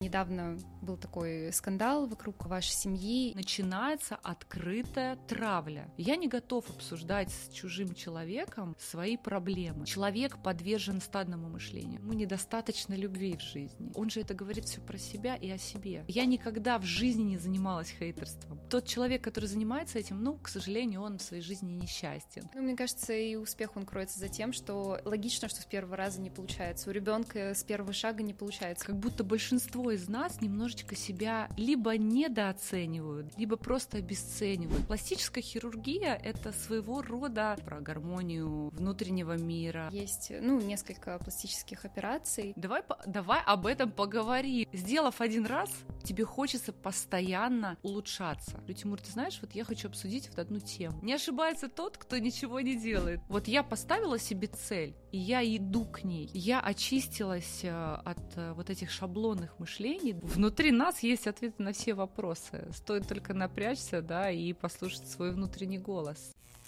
Недавно был такой скандал вокруг вашей семьи. Начинается открытая травля. Я не готов обсуждать с чужим человеком свои проблемы. Человек подвержен стадному мышлению. Ему недостаточно любви в жизни. Он же это говорит все про себя и о себе. Я никогда в жизни не занималась хейтерством. Тот человек, который занимается этим, к сожалению, он в своей жизни несчастен. Мне кажется, и успех он кроется за тем, что логично, что с первого раза не получается. У ребенка с первого шага не получается. Как будто большинство из нас немножечко себя либо недооценивают, либо просто обесценивают. Пластическая хирургия — это своего рода про гармонию внутреннего мира. Есть, несколько пластических операций. Давай об этом поговорим. Сделав один раз, тебе хочется постоянно улучшаться. Тимур, ты знаешь, я хочу обсудить одну тему. Не ошибается тот, кто ничего не делает. Я поставила себе цель, и я иду к ней. Я очистилась от этих шаблонных мышлений. Внутри нас есть ответы на все вопросы. Стоит только напрячься, и послушать свой внутренний голос.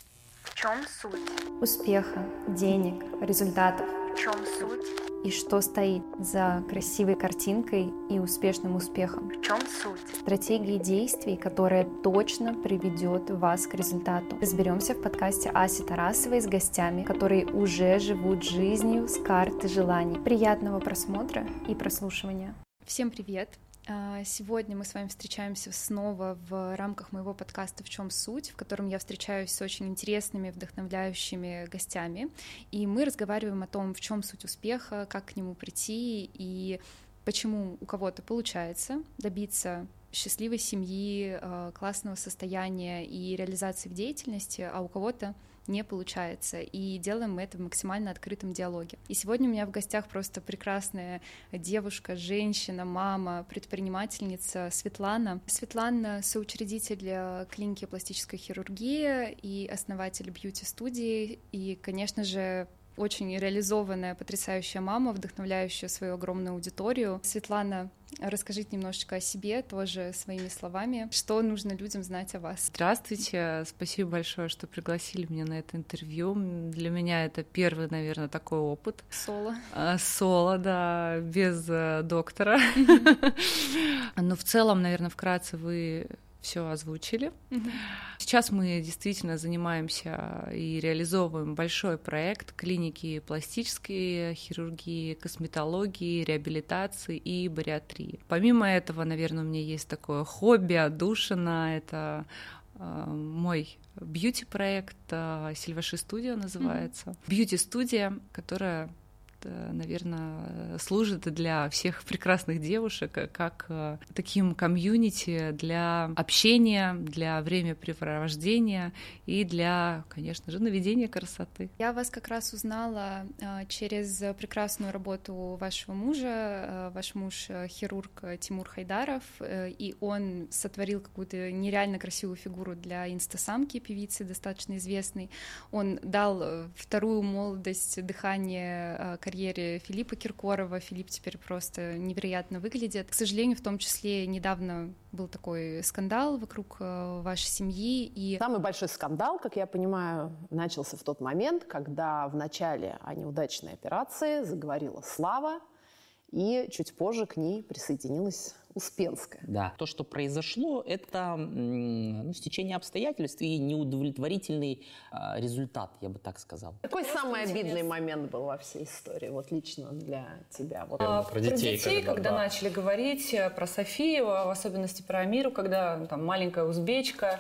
В чем суть успеха, денег, результатов? В чем суть? И что стоит за красивой картинкой и успешным успехом? В чем суть? Стратегии действий, которая точно приведет вас к результату. Разберемся в подкасте Аси Тарасовой с гостями, которые уже живут жизнью с карты желаний. Приятного просмотра и прослушивания. Всем привет! Сегодня мы с вами встречаемся снова в рамках моего подкаста «В чем суть?», в котором я встречаюсь с очень интересными, вдохновляющими гостями, и мы разговариваем о том, в чем суть успеха, как к нему прийти и почему у кого-то получается добиться счастливой семьи, классного состояния и реализации в деятельности, а у кого-то не получается, и делаем мы это в максимально открытом диалоге. И сегодня у меня в гостях просто прекрасная девушка, женщина, мама, предпринимательница Светлана. Светлана — соучредитель клиники пластической хирургии и основатель бьюти-студии, и, конечно же, очень реализованная, потрясающая мама, вдохновляющая свою огромную аудиторию. Светлана, расскажите немножечко о себе, тоже своими словами. Что нужно людям знать о вас? Здравствуйте, спасибо большое, что пригласили меня на это интервью. Для меня это первый, наверное, такой опыт. Соло. Соло, да, без доктора. Но в целом, наверное, вкратце вы все озвучили. Сейчас мы действительно занимаемся и реализовываем большой проект клиники пластической хирургии, косметологии, реабилитации и бариатрии. Помимо этого, наверное, у меня есть такое хобби, отдушина. Это мой бьюти-проект, Сильваши Студио называется. Бьюти-студия, которая, наверное, служит для всех прекрасных девушек как таким комьюнити для общения, для времяпрепровождения и для, конечно же, наведения красоты. Я вас как раз узнала через прекрасную работу вашего мужа. Ваш муж — хирург Тимур Хайдаров, и он сотворил какую-то нереально красивую фигуру для инстасамки, певицы достаточно известной. Он дал вторую молодость, дыхание карьере Филиппа Киркорова. Филипп теперь просто невероятно выглядит. К сожалению, в том числе недавно был такой скандал вокруг вашей семьи. И самый большой скандал, как я понимаю, начался в тот момент, когда в начале о неудачной операции заговорила Слава, и чуть позже к ней присоединилась Успенская. Да. То, что произошло, это стечение обстоятельств и неудовлетворительный результат, я бы так сказал. Какой самый обидный момент был во всей истории, лично для тебя? Про детей, когда начали говорить, про Софию, в особенности про Амиру, когда там маленькая узбечка.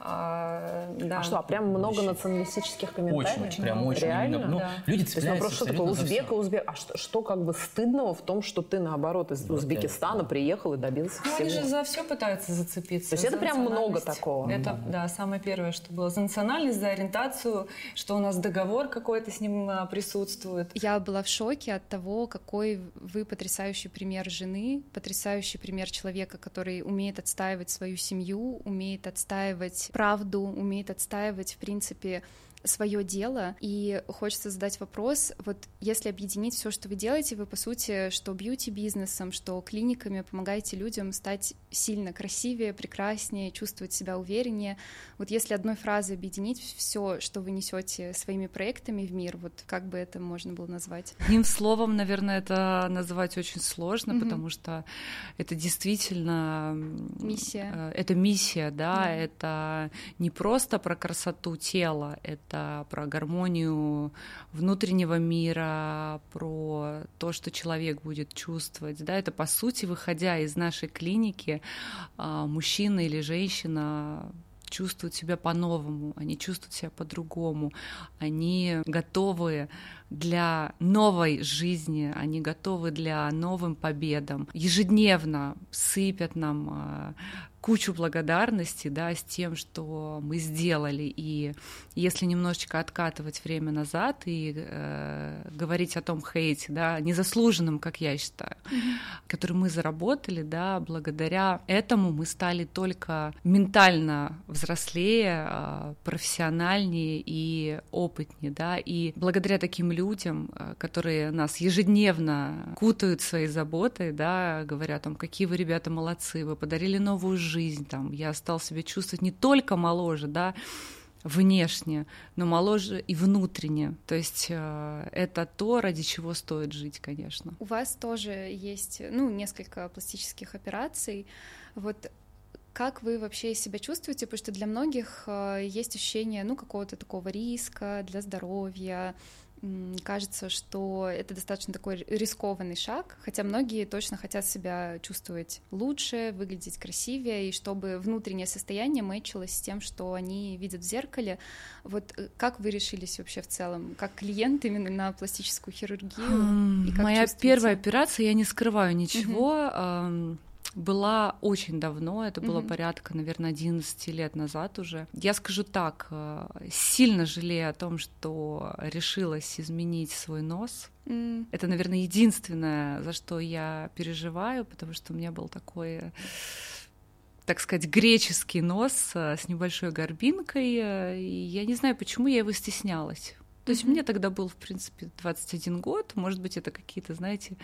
Прям много националистических комментариев? Очень, прям очень. Реально? Люди цепляются просто такое узбек. А что как бы стыдного в том, что ты, наоборот, из Узбекистана приехал и добился всего? Они же за все пытаются зацепиться. То есть это прям много такого? Это, самое первое, что было. За национальность, за ориентацию, что у нас договор какой-то с ним присутствует. Я была в шоке от того, какой вы потрясающий пример жены, потрясающий пример человека, который умеет отстаивать свою семью, умеет отстаивать правду, умеет отстаивать, в принципе, свое дело, и хочется задать вопрос, вот если объединить все, что вы делаете, вы, по сути, что бьюти-бизнесом, что клиниками помогаете людям стать сильно красивее, прекраснее, чувствовать себя увереннее. Вот если одной фразой объединить все, что вы несете своими проектами в мир, вот как бы это можно было назвать? Одним словом, наверное, это называть очень сложно, потому что это действительно... Миссия. Это миссия, да, это не просто про красоту тела, это про гармонию внутреннего мира, про то, что человек будет чувствовать, да, это, по сути, выходя из нашей клиники, мужчина или женщина чувствуют себя по-новому, они чувствуют себя по-другому, они готовы для новой жизни, они готовы для новым победам. Ежедневно сыпят нам кучу благодарности, да, с тем, что мы сделали. И если немножечко откатывать время назад и говорить о том хейте, да, незаслуженном, как я считаю, который мы заработали, да, благодаря этому мы стали только ментально взрослее, профессиональнее и опытнее, да, и благодаря таким людям, которые нас ежедневно кутают своей заботой, да, говорят о том, какие вы, ребята, молодцы, вы подарили новую жизнь, там, я стал себя чувствовать не только моложе, да, внешне, но моложе и внутренне. То есть это то, ради чего стоит жить, конечно. У вас тоже есть, несколько пластических операций. Вот как вы вообще себя чувствуете? Потому что для многих есть ощущение, какого-то такого риска для здоровья. Кажется, что это достаточно такой рискованный шаг, хотя многие точно хотят себя чувствовать лучше, выглядеть красивее, и чтобы внутреннее состояние мэчилось с тем, что они видят в зеркале. Вот как вы решились вообще в целом, как клиент именно на пластическую хирургию? Моя первая операция, я не скрываю ничего, была очень давно, это было порядка, наверное, 11 лет назад уже. Я скажу так, сильно жалею о том, что решилась изменить свой нос. Это, наверное, единственное, за что я переживаю, потому что у меня был такой, так сказать, греческий нос с небольшой горбинкой, и я не знаю, почему я его стеснялась. То есть мне тогда был, в принципе, 21 год, может быть, это какие-то, знаете,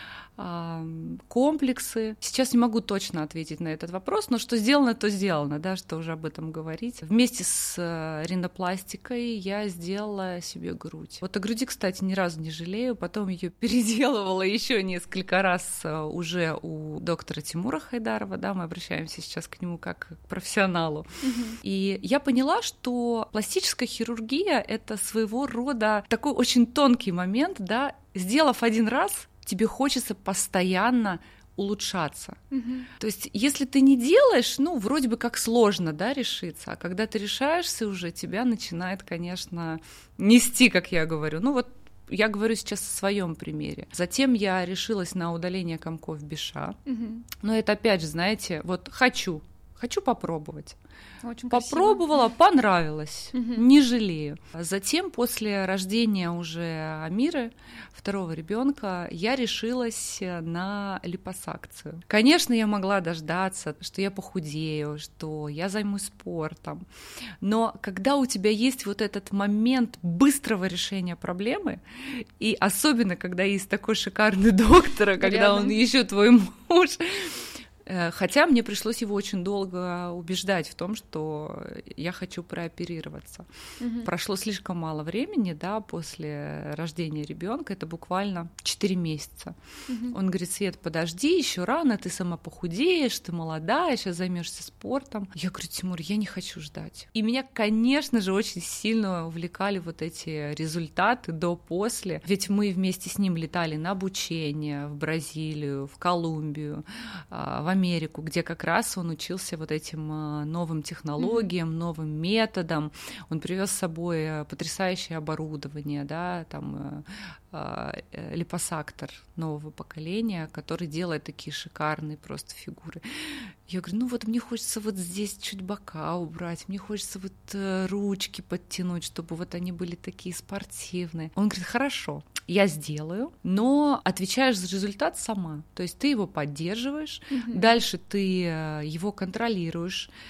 комплексы. Сейчас не могу точно ответить на этот вопрос, но что сделано, то сделано, да, что уже об этом говорить. Вместе с ринопластикой я сделала себе грудь. Вот о груди, кстати, ни разу не жалею, потом ее переделывала еще несколько раз уже у доктора Тимура Хайдарова, да, мы обращаемся сейчас к нему как к профессионалу. И я поняла, что пластическая хирургия — это своего рода такой очень тонкий момент, да, сделав один раз, тебе хочется постоянно улучшаться. То есть, если ты не делаешь, вроде бы как сложно, да, решиться, а когда ты решаешься уже, тебя начинает, конечно, нести, как я говорю. Я говорю сейчас о своем примере. Затем я решилась на удаление комков Биша. Но это опять же, знаете, вот хочу попробовать. Очень попробовала, красиво. Понравилось, не жалею. Затем, после рождения уже Амиры, второго ребенка, я решилась на липосакцию. Конечно, я могла дождаться, что я похудею, что я займусь спортом, но когда у тебя есть вот этот момент быстрого решения проблемы, и особенно, когда есть такой шикарный доктор, когда он еще твой муж, хотя мне пришлось его очень долго убеждать в том, что я хочу прооперироваться. Прошло слишком мало времени, да, после рождения ребенка, это буквально 4 месяца. Он говорит: Свет, подожди, еще рано, ты сама похудеешь, ты молодая, сейчас займешься спортом. Я говорю: Тимур, я не хочу ждать. И меня, конечно же, очень сильно увлекали вот эти результаты до-после, ведь мы вместе с ним летали на обучение в Бразилию, в Колумбию, в Америку, где как раз он учился вот этим новым технологиям, новым методам. Он привез с собой потрясающее оборудование, да, там липосактор нового поколения, который делает такие шикарные просто фигуры. Я говорю: мне хочется вот здесь чуть бока убрать, мне хочется вот ручки подтянуть, чтобы вот они были такие спортивные. Он говорит: хорошо, я сделаю, но отвечаешь за результат сама. То есть ты его поддерживаешь, дальше ты его контролируешь,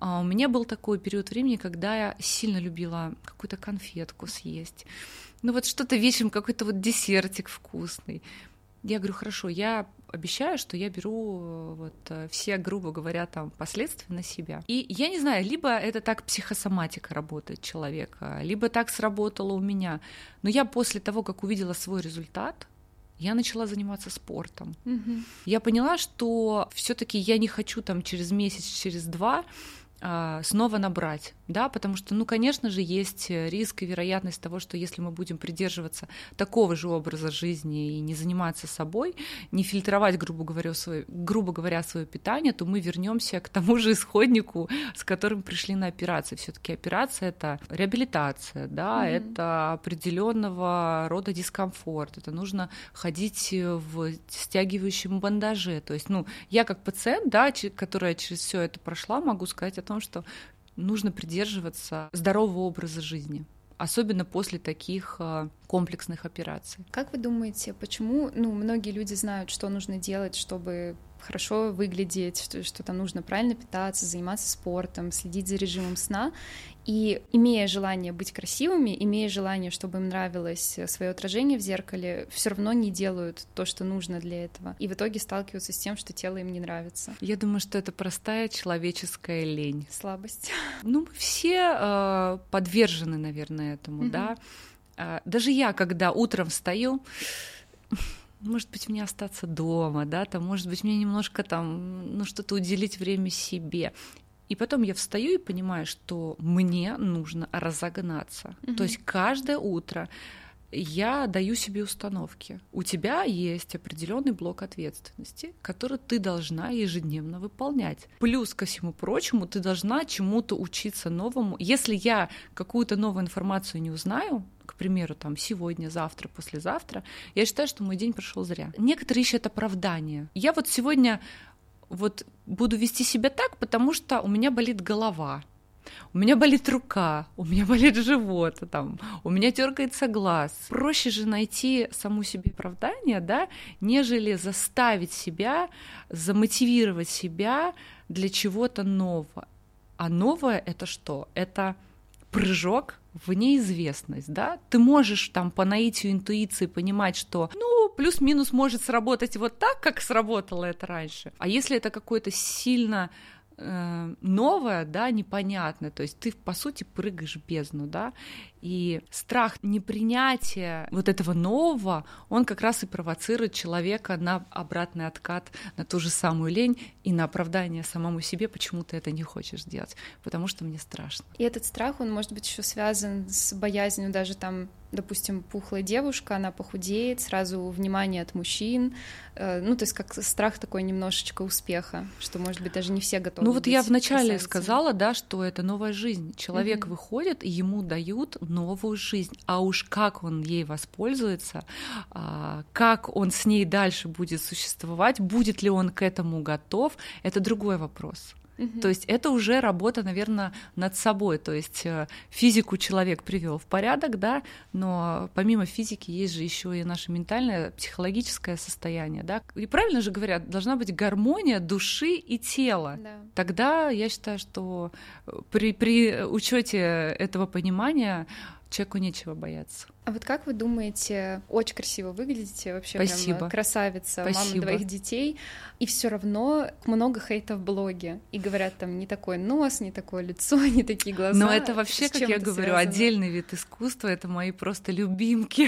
У меня был такой период времени, когда я сильно любила какую-то конфетку съесть. Ну вот что-то вечером, какой-то вот десертик вкусный. Я говорю, хорошо, я обещаю, что я беру вот все, грубо говоря, там последствия на себя. И я не знаю, либо это так психосоматика работает человека, либо так сработало у меня. Но я после того, как увидела свой результат, я начала заниматься спортом. Я поняла, что все-таки я не хочу там через месяц, через 2 снова набрать, да, потому что, ну, конечно же, есть риск и вероятность того, что если мы будем придерживаться такого же образа жизни и не заниматься собой, не фильтровать, грубо говоря, свое питание, то мы вернемся к тому же исходнику, с которым пришли на операцию. Все-таки операция — это реабилитация, да, это определенного рода дискомфорт, это нужно ходить в стягивающем бандаже. То есть, ну, я как пациент, да, которая через все это прошла, могу сказать о том, что нужно придерживаться здорового образа жизни, особенно после таких комплексных операций. Как вы думаете, почему, многие люди знают, что нужно делать, чтобы хорошо выглядеть, что там нужно правильно питаться, заниматься спортом, следить за режимом сна, и имея желание быть красивыми, имея желание, чтобы им нравилось свое отражение в зеркале, все равно не делают то, что нужно для этого, и в итоге сталкиваются с тем, что тело им не нравится. Я думаю, что это простая человеческая лень. Слабость. Мы все подвержены, наверное, этому, да. Даже я, когда утром встаю, может быть, мне остаться дома, да, там, может быть, мне немножко там, что-то уделить время себе. И потом я встаю и понимаю, что мне нужно разогнаться. То есть каждое утро я даю себе установки. У тебя есть определенный блок ответственности, который ты должна ежедневно выполнять. Плюс ко всему прочему, ты должна чему-то учиться новому. Если я какую-то новую информацию не узнаю, к примеру, там сегодня, завтра, послезавтра, я считаю, что мой день прошел зря. Некоторые ищут оправдание. Я вот сегодня буду вести себя так, потому что у меня болит голова, у меня болит рука, у меня болит живот, у меня дергается глаз. Проще же найти саму себе оправдание, да, нежели заставить себя, замотивировать себя для чего-то нового. А новое — это что? Это прыжок в неизвестность, да? Ты можешь по наитию интуиции понимать, что, плюс-минус может сработать вот так, как сработало это раньше. А если это какое-то сильно новое, да, непонятное, то есть ты, по сути, прыгаешь в бездну, да, и страх непринятия вот этого нового, он как раз и провоцирует человека на обратный откат, на ту же самую лень и на оправдание самому себе, почему ты это не хочешь делать, потому что мне страшно. И этот страх, он может быть еще связан с боязнью даже допустим, пухлая девушка, она похудеет, сразу внимание от мужчин, то есть как страх такой немножечко успеха, что, может быть, даже не все готовы быть я вначале сказала, да, что это новая жизнь. Человек выходит, и ему дают новую жизнь, а уж как он ей воспользуется, как он с ней дальше будет существовать, будет ли он к этому готов, это другой вопрос. То есть это уже работа, наверное, над собой. То есть физику человек привел в порядок, да, но помимо физики есть же еще и наше ментальное, психологическое состояние, да. И правильно же говорят, должна быть гармония души и тела. Да. Тогда я считаю, что при учете этого понимания человеку нечего бояться. А вот как вы думаете, очень красиво выглядите, вообще Спасибо. Прям красавица, Спасибо. Мама 2 детей, и все равно много хейта в блоге, и говорят, не такой нос, не такое лицо, не такие глаза. Но это вообще, как я говорю, отдельный вид искусства, это мои просто любимки.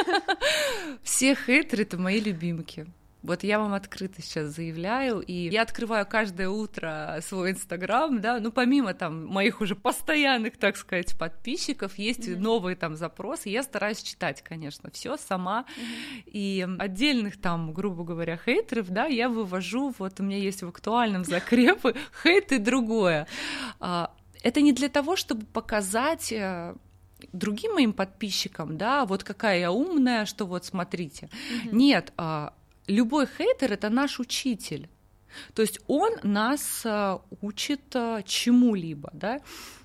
Все хейтеры — это мои любимки. Вот я вам открыто сейчас заявляю, и я открываю каждое утро свой Инстаграм, да, помимо моих уже постоянных, так сказать, подписчиков, есть новые запросы, я стараюсь читать, конечно, все сама, и отдельных грубо говоря, хейтеров, да, я вывожу, у меня есть в актуальном закрепы хейт и другое. Это не для того, чтобы показать другим моим подписчикам, да, какая я умная, что смотрите. Нет, любой хейтер — это наш учитель. То есть он нас учит чему-либо, да?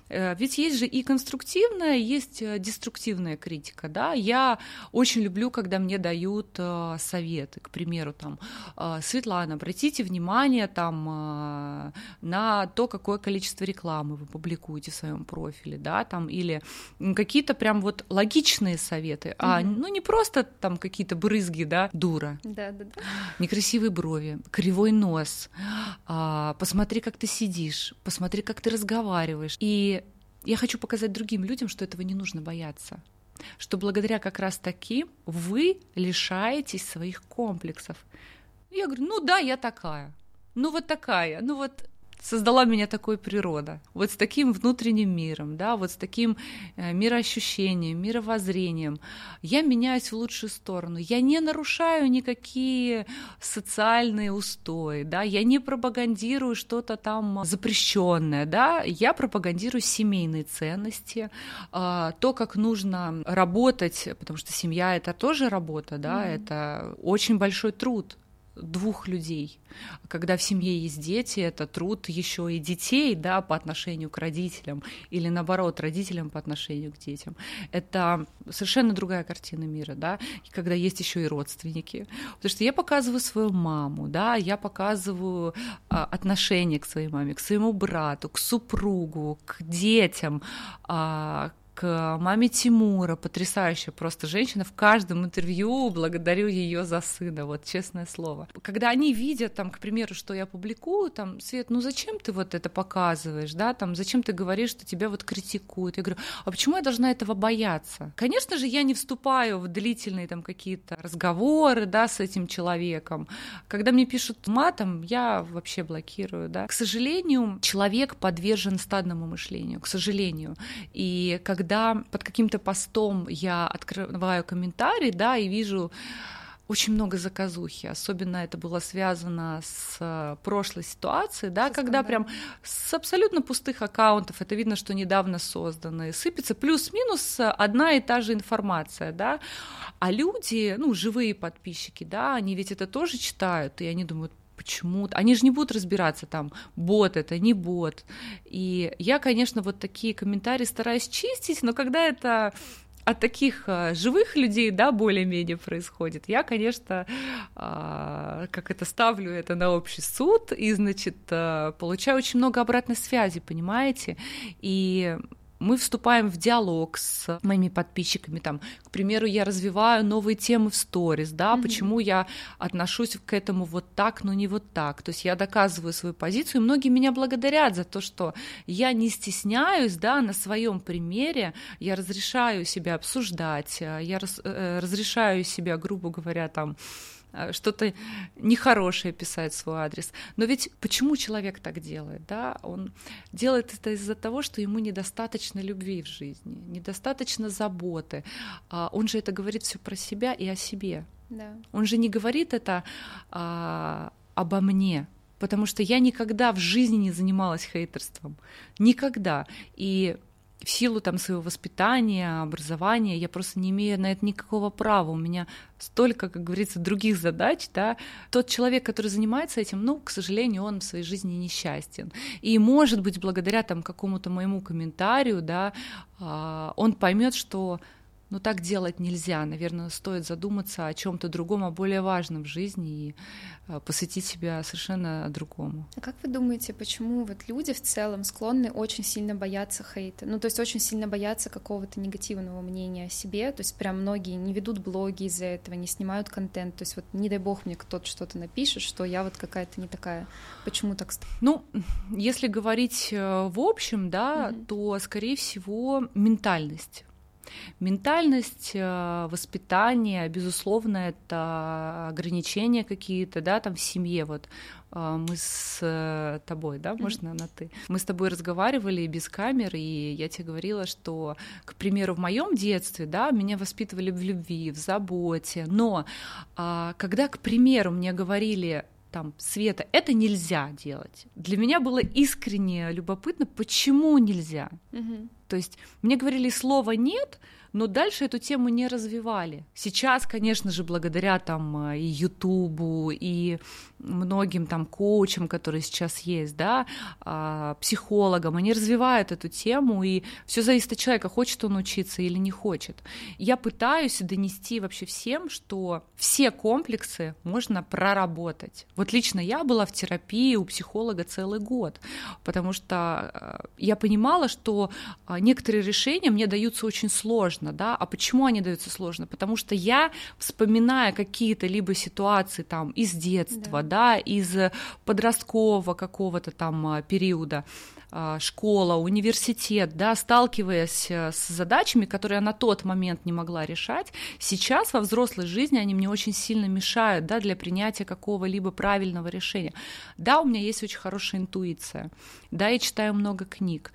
Ведь есть же и конструктивная, есть деструктивная критика, да. Я очень люблю, когда мне дают советы, к примеру, там, Светлана, обратите внимание там на то, какое количество рекламы вы публикуете в своем профиле, да, там, или какие-то прям вот логичные советы, ну не просто там какие-то брызги, да, дура, некрасивые брови, кривой нос, посмотри, как ты сидишь, посмотри, как ты разговариваешь. И я хочу показать другим людям, что этого не нужно бояться, что благодаря как раз таки вы лишаетесь своих комплексов. Я говорю, ну да, я такая, ну вот такая, ну вот создала меня такой природа, вот с таким внутренним миром, да, вот с таким мироощущением, мировоззрением. Я меняюсь в лучшую сторону, я не нарушаю никакие социальные устои, да, я не пропагандирую что-то там запрещенное, да, я пропагандирую семейные ценности, то, как нужно работать, потому что семья — это тоже работа, да, это очень большой труд двух людей. Когда в семье есть дети, это труд еще и детей, да, по отношению к родителям, или наоборот, родителям по отношению к детям. Это совершенно другая картина мира, да, и когда есть еще и родственники. Потому что я показываю свою маму, да, я показываю отношение к своей маме, к своему брату, к супругу, к детям, к маме Тимура, потрясающая просто женщина, в каждом интервью благодарю ее за сына, вот честное слово. Когда они видят, там, к примеру, что я публикую, там, Свет, ну зачем ты вот это показываешь, да, там, зачем ты говоришь, что тебя вот критикуют? Я говорю, а почему я должна этого бояться? Конечно же, я не вступаю в длительные там какие-то разговоры, да, с этим человеком. Когда мне пишут матом, я вообще блокирую, да. К сожалению, человек подвержен стадному мышлению, к сожалению. И когда под каким-то постом я открываю комментарий, да, и вижу очень много заказухи, особенно это было связано с прошлой ситуацией, да, когда прям с абсолютно пустых аккаунтов, это видно, что недавно созданы, сыпется плюс-минус одна и та же информация, да, а люди, ну, живые подписчики, да, они ведь это тоже читают, и они думают, почему-то. Они же не будут разбираться, там, бот это, не бот. И я, конечно, вот такие комментарии стараюсь чистить, но когда это от таких живых людей, да, более-менее происходит, я, конечно, как это, ставлю это на общий суд и, значит, получаю очень много обратной связи, понимаете? И мы вступаем в диалог с моими подписчиками, там, к примеру, я развиваю новые темы в сторис, да, почему я отношусь к этому вот так, но не вот так, то есть я доказываю свою позицию, и многие меня благодарят за то, что я не стесняюсь, да, на своем примере, я разрешаю себя обсуждать, я разрешаю себя, грубо говоря, там, что-то нехорошее писать в свой адрес. Но ведь почему человек так делает? Да? Он делает это из-за того, что ему недостаточно любви в жизни, недостаточно заботы. Он же это говорит все про себя и о себе. Да. Он же не говорит это обо мне, потому что я никогда в жизни не занималась хейтерством. Никогда. И в силу там своего воспитания, образования, я просто не имею на это никакого права. У меня столько, как говорится, других задач, да. Тот человек, который занимается этим, ну, к сожалению, он в своей жизни несчастен. И, может быть, благодаря там какому-то моему комментарию, да, он поймет, что но так делать нельзя. Наверное, стоит задуматься о чем-то другом, о более важном в жизни и посвятить себя совершенно другому. А как вы думаете, почему вот люди в целом склонны очень сильно бояться хейта? Ну, то есть очень сильно бояться какого-то негативного мнения о себе. То есть прям многие не ведут блоги из-за этого, не снимают контент. То есть вот не дай бог мне кто-то что-то напишет, что я вот какая-то не такая. Почему так? Ну, если говорить в общем, да, то, скорее всего, ментальность. Ментальность, воспитание, безусловно, это ограничения какие-то, да, там в семье, вот мы с тобой, да, можно на ты? Мы с тобой разговаривали без камер, и я тебе говорила, что, к примеру, в моем детстве, да, меня воспитывали в любви, в заботе, но когда, к примеру, мне говорили, там, Света, это нельзя делать, для меня было искренне любопытно, почему нельзя. То есть мне говорили слово «нет», но дальше эту тему не развивали. Сейчас, конечно же, благодаря там и Ютубу, и многим там коучам, которые сейчас есть, да, психологам, они развивают эту тему, и все зависит от человека, хочет он учиться или не хочет. Я пытаюсь донести вообще всем, что все комплексы можно проработать. Вот лично я была в терапии у психолога целый год, потому что я понимала, что некоторые решения мне даются очень сложно, да, а почему они даются сложно? Потому что я, вспоминая какие-то либо ситуации там из детства, да, из подросткового какого-то там периода, школа, университет, да, сталкиваясь с задачами, которые я на тот момент не могла решать, сейчас во взрослой жизни они мне очень сильно мешают, да, для принятия какого-либо правильного решения. Да, у меня есть очень хорошая интуиция, да, я читаю много книг,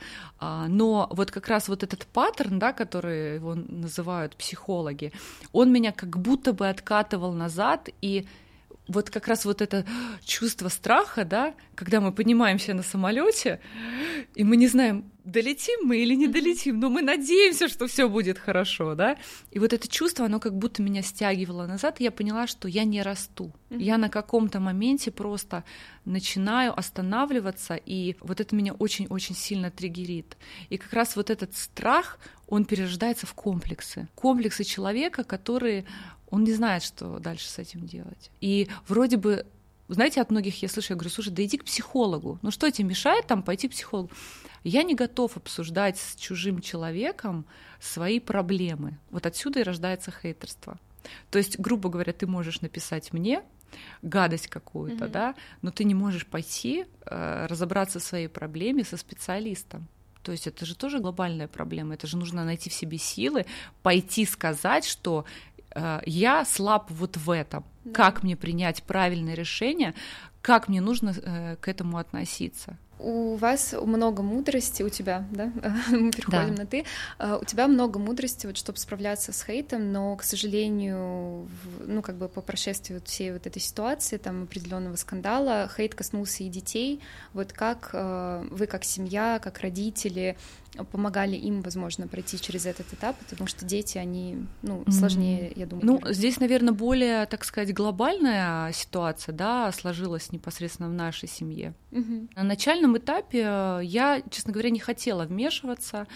но вот как раз вот этот паттерн, да, который его называют психологи, он меня как будто бы откатывал назад, и вот как раз вот это чувство страха, да, когда мы поднимаемся на самолете, и мы не знаем, долетим мы или не долетим, но мы надеемся, что все будет хорошо, да, и вот это чувство, оно как будто меня стягивало назад, и я поняла, что я не расту, я на каком-то моменте просто начинаю останавливаться, и вот это меня очень-очень сильно триггерит, и как раз вот этот страх, он перерождается в комплексы человека, которые он не знает, что дальше с этим делать. И вроде бы, знаете, от многих я слышу, я говорю, слушай, да иди к психологу. Ну что тебе мешает там пойти к психологу? Я не готов обсуждать с чужим человеком свои проблемы. Вот отсюда и рождается хейтерство. То есть, грубо говоря, ты можешь написать мне гадость какую-то, да, но ты не можешь пойти разобраться в своей проблеме со специалистом. То есть это же тоже глобальная проблема. Это же нужно найти в себе силы, пойти сказать, что я слаб вот в этом. Да. Как мне принять правильное решение, как мне нужно к этому относиться. У вас много мудрости, у тебя, да, мы переходим на «ты», у тебя много мудрости, вот, чтобы справляться с хейтом, но, к сожалению, ну, как бы по прошествии вот всей вот этой ситуации, там, определенного скандала, хейт коснулся и детей. Вот как вы, как семья, как родители, помогали им, возможно, пройти через этот этап, потому что дети, они, ну, сложнее, я думаю. Ну, здесь, наверное, более, так сказать, глобальная ситуация, да, сложилась непосредственно в нашей семье. На начальном этапе я, честно говоря, не хотела вмешиваться,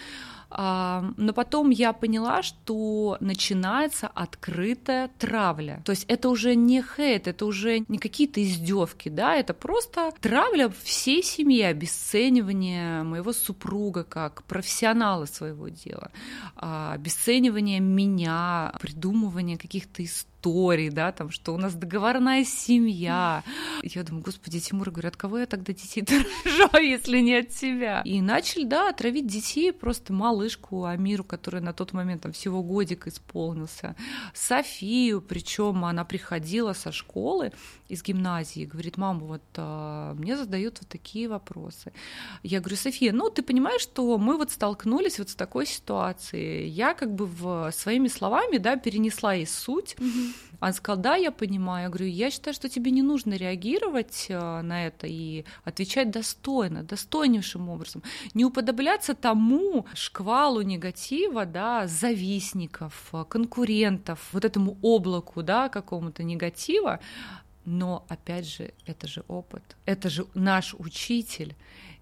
но потом я поняла, что начинается открытая травля. То есть это уже не хейт, это уже не какие-то издевки, да, это просто травля всей семьи, обесценивание моего супруга как профессионала своего дела, обесценивание меня, придумывание каких-то историй, да, там, что у нас договорная семья. Я думаю, господи, Тимур, говорю, от кого я тогда детей-то рожаю, если не от тебя? И начали, да, отравить детей, просто малышку Амиру, которая на тот момент там всего годик исполнился, Софию, причем она приходила со школы, из гимназии, говорит, мама, вот мне задают вот такие вопросы. Я говорю, София, ну, ты понимаешь, что мы вот столкнулись вот с такой ситуацией. Я как бы своими словами, да, перенесла ей суть. Она сказала, да, я понимаю. Я говорю, я считаю, что тебе не нужно реагировать на это и отвечать достойно, достойнейшим образом. Не уподобляться тому шквалу негатива, да, завистников, конкурентов, вот этому облаку, да, какому-то негатива. Но, опять же, это же опыт, это же наш учитель.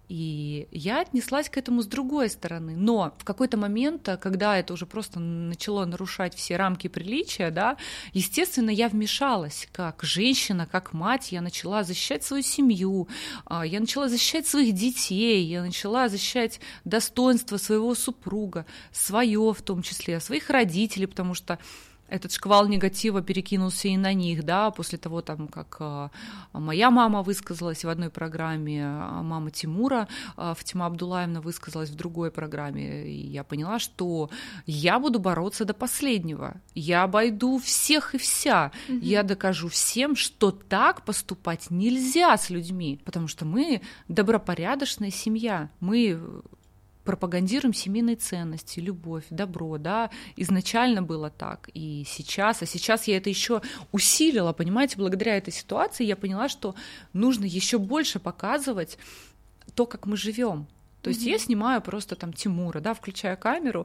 И я отнеслась к этому с другой стороны. Но в какой-то момент, когда это уже просто начало нарушать все рамки приличия, да, естественно, я вмешалась как женщина, как мать. Я начала защищать свою семью, я начала защищать своих детей, я начала защищать достоинство своего супруга, свое в том числе, своих родителей, потому что этот шквал негатива перекинулся и на них, да, после того, там, как моя мама высказалась в одной программе, мама Тимура, Фатима Абдуллаевна, высказалась в другой программе, и я поняла, что я буду бороться до последнего, я обойду всех и вся, я докажу всем, что так поступать нельзя с людьми, потому что мы добропорядочная семья, мы пропагандируем семейные ценности, любовь, добро, да, изначально было так, и сейчас, а сейчас я это еще усилила, понимаете, благодаря этой ситуации я поняла, что нужно еще больше показывать то, как мы живем, То есть я снимаю просто там Тимура, да, включаю камеру,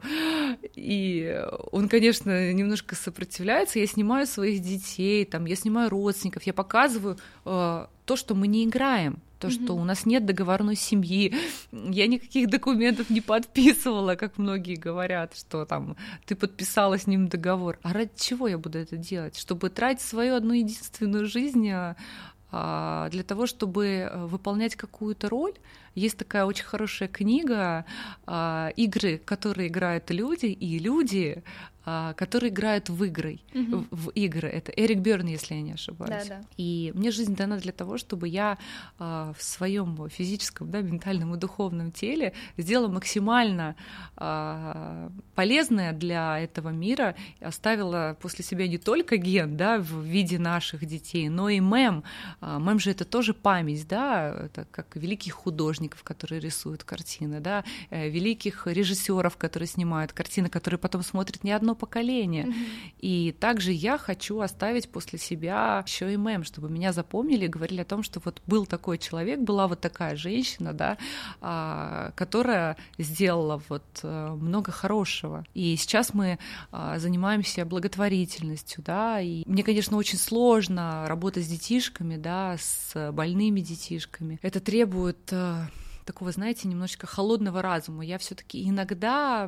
и он, конечно, немножко сопротивляется, я снимаю своих детей, там, я снимаю родственников, я показываю то, что мы не играем, то, что у нас нет договорной семьи, я никаких документов не подписывала, как многие говорят, что там ты подписала с ним договор. А ради чего я буду это делать? Чтобы тратить свою одну единственную жизнь для того, чтобы выполнять какую-то роль? Есть такая очень хорошая книга «Игры, которые играют люди, и люди, которые играют в игры». В игры. Это Эрик Бёрн, если я не ошибаюсь. Да. И мне жизнь дана для того, чтобы я в своем физическом, да, ментальном и духовном теле сделала максимально полезное для этого мира, оставила после себя не только ген, да, в виде наших детей, но и мем. Мем же это тоже память, да, это как великих художников, которые рисуют картины, да, великих режиссеров, которые снимают картины, которые потом смотрят не одно поколение. И также я хочу оставить после себя еще и мем, чтобы меня запомнили и говорили о том, что вот был такой человек, была вот такая женщина, да, которая сделала вот много хорошего. И сейчас мы занимаемся благотворительностью, да, и мне, конечно, очень сложно работать с детишками, да, с больными детишками. Это требует такого, знаете, немножечко холодного разума. Я все-таки иногда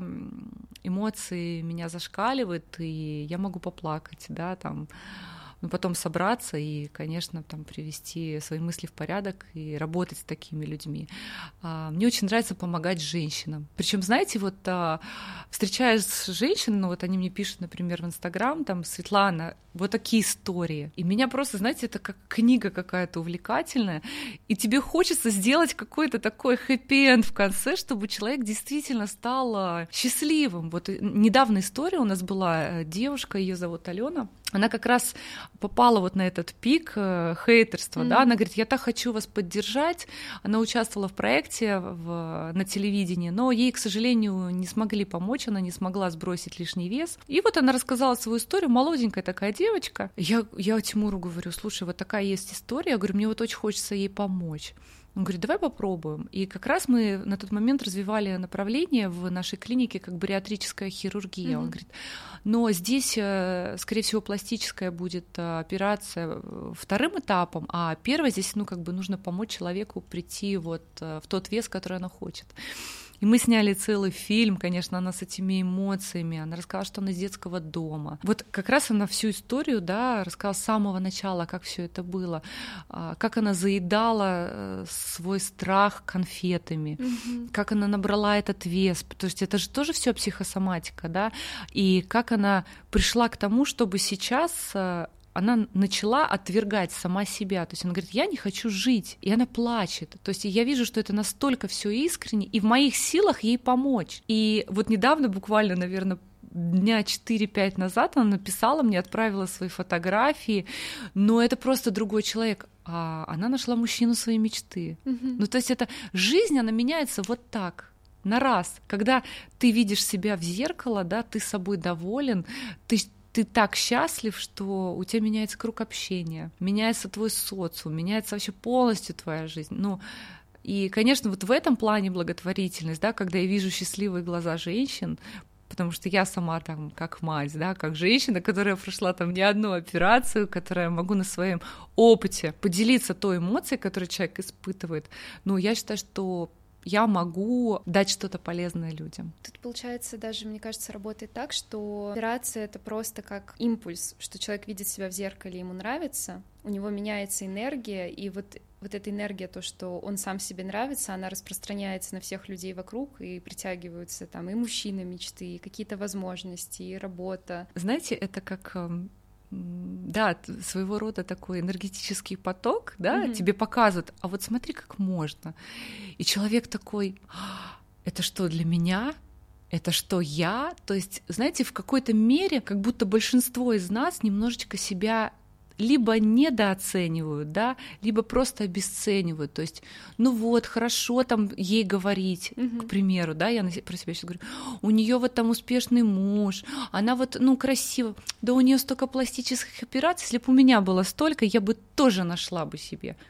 эмоции меня зашкаливают, и я могу поплакать, да, там, но потом собраться и, конечно, там, привести свои мысли в порядок и работать с такими людьми. Мне очень нравится помогать женщинам. Причем, знаете, вот встречаясь с женщинами, ну вот они мне пишут, например, в Инстаграм, там, Светлана, вот такие истории. И меня просто, знаете, это как книга какая-то увлекательная, и тебе хочется сделать какой-то такой хэппи-энд в конце, чтобы человек действительно стал счастливым. Вот недавно история у нас была, девушка, ее зовут Алена, она как раз попала вот на этот пик хейтерства, да, она говорит, я так хочу вас поддержать, она участвовала в проекте на телевидении, но ей, к сожалению, не смогли помочь, она не смогла сбросить лишний вес, и вот она рассказала свою историю, молоденькая такая девочка, я Тимуру говорю, слушай, вот такая есть история, я говорю, мне вот очень хочется ей помочь. Он говорит, давай попробуем. И как раз мы на тот момент развивали направление в нашей клинике как бариатрическая хирургия. Он говорит, но здесь, скорее всего, пластическая будет операция вторым этапом, а первой здесь, ну, как бы нужно помочь человеку прийти вот в тот вес, который она хочет. И мы сняли целый фильм, конечно, она с этими эмоциями, она рассказала, что она из детского дома. Вот как раз она всю историю, да, рассказала с самого начала, как все это было, как она заедала свой страх конфетами, как она набрала этот вес, то есть это же тоже все психосоматика, да, и как она пришла к тому, чтобы сейчас она начала отвергать сама себя. То есть она говорит, я не хочу жить. И она плачет. То есть я вижу, что это настолько все искренне, и в моих силах ей помочь. И вот недавно, буквально, наверное, дня 4-5 назад она написала мне, отправила свои фотографии, но это просто другой человек. А она нашла мужчину своей мечты. Ну, то есть это жизнь, она меняется вот так. На раз. Когда ты видишь себя в зеркало, да, ты собой доволен, ты так счастлив, что у тебя меняется круг общения, меняется твой социум, меняется вообще полностью твоя жизнь. Ну, и, конечно, вот в этом плане благотворительность, да, когда я вижу счастливые глаза женщин, потому что я сама там как мать, да, как женщина, которая прошла там не одну операцию, которая могу на своем опыте поделиться той эмоцией, которую человек испытывает. Ну, я считаю, что я могу дать что-то полезное людям. Тут, получается, даже, мне кажется, работает так, что операция — это просто как импульс, что человек видит себя в зеркале, ему нравится, у него меняется энергия, и вот эта энергия, то, что он сам себе нравится, она распространяется на всех людей вокруг, и притягиваются там и мужчины мечты, и какие-то возможности, и работа. Знаете, это как... Да, своего рода такой энергетический поток, да, тебе показывают, а вот смотри, как можно. И человек такой, это что, для меня? Это что, я? То есть, знаете, в какой-то мере, как будто большинство из нас немножечко себя либо недооценивают, да, либо просто обесценивают. То есть, ну вот, хорошо там ей говорить, к примеру, да, я про себя сейчас говорю, у нее вот там успешный муж, она вот, ну, красива, да у нее столько пластических операций, если бы у меня было столько, я бы тоже нашла бы себе.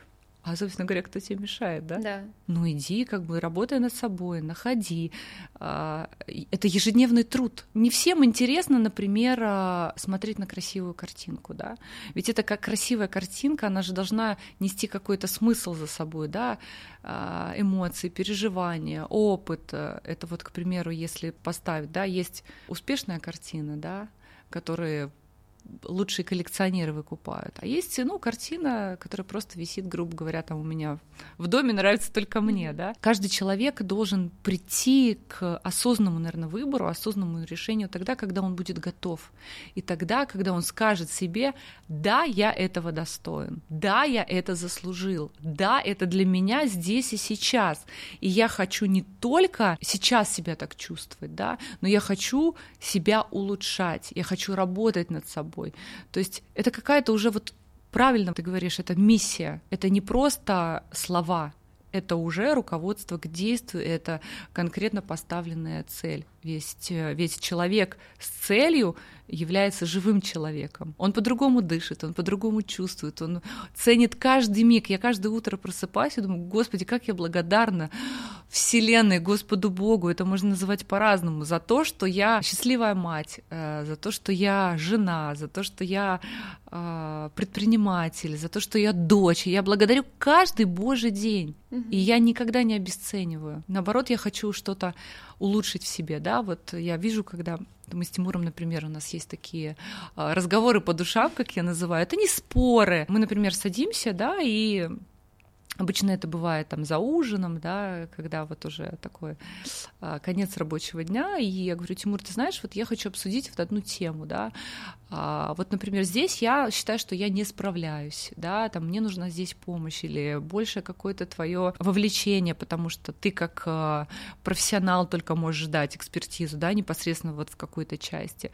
А, собственно говоря, кто тебе мешает, да? Да. Ну иди, как бы работай над собой, находи. Это ежедневный труд. Не всем интересно, например, смотреть на красивую картинку, да? Ведь это как красивая картинка, она же должна нести какой-то смысл за собой, да? Эмоции, переживания, опыт. Это вот, к примеру, если поставить, да, есть успешная картина, да, которые лучшие коллекционеры выкупают. А есть, картина, которая просто висит, грубо говоря, там у меня в доме, нравится только мне, да. Каждый человек должен прийти к осознанному, наверное, выбору, осознанному решению тогда, когда он будет готов. И тогда, когда он скажет себе: да, я этого достоин, да, я это заслужил, да, это для меня здесь и сейчас. И я хочу не только сейчас себя так чувствовать, да, но я хочу себя улучшать, я хочу работать над собой. То есть это какая-то уже вот правильно ты говоришь, это миссия, это не просто слова, это уже руководство к действию, это конкретно поставленная цель. Ведь человек с целью является живым человеком. Он по-другому дышит, он по-другому чувствует, он ценит каждый миг. Я каждое утро просыпаюсь и думаю: Господи, как я благодарна Вселенной, Господу Богу, это можно называть по-разному, за то, что я счастливая мать, за то, что я жена, за то, что я предприниматель, за то, что я дочь. Я благодарю каждый Божий день, и я никогда не обесцениваю. Наоборот, я хочу что-то улучшить в себе, да, вот я вижу, когда мы с Тимуром, например, у нас есть такие разговоры по душам, как я называю, это не споры. Мы, например, садимся, да, и обычно это бывает там за ужином, да, когда вот уже такой конец рабочего дня, и я говорю: Тимур, ты знаешь, вот я хочу обсудить вот одну тему, да, вот, например, здесь я считаю, что я не справляюсь, да, там мне нужна здесь помощь или больше какое-то твое вовлечение, потому что ты как профессионал только можешь дать экспертизу, да, непосредственно вот в какой-то части.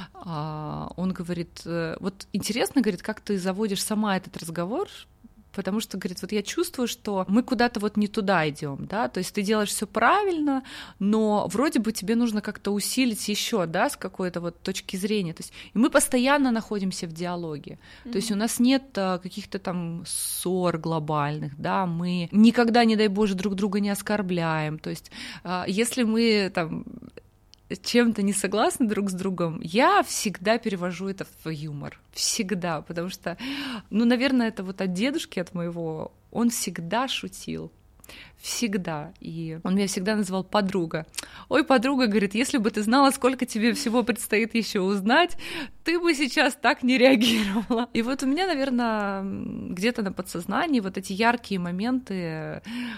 Он говорит: вот интересно, говорит, как ты заводишь сама этот разговор, потому что, говорит, вот я чувствую, что мы куда-то вот не туда идем, да, то есть ты делаешь все правильно, но вроде бы тебе нужно как-то усилить еще, да, с какой-то вот точки зрения, то есть и мы постоянно находимся в диалоге, то есть у нас нет каких-то там ссор глобальных, да, мы никогда, не дай Боже, друг друга не оскорбляем, то есть если мы там чем-то не согласны друг с другом, я всегда перевожу это в юмор. Всегда. Потому что, наверное, это вот от дедушки, от моего, он всегда шутил. Всегда. И он меня всегда называл подруга. Ой, подруга, говорит, если бы ты знала, сколько тебе всего предстоит еще узнать, ты бы сейчас так не реагировала. И вот у меня, наверное, где-то на подсознании вот эти яркие моменты,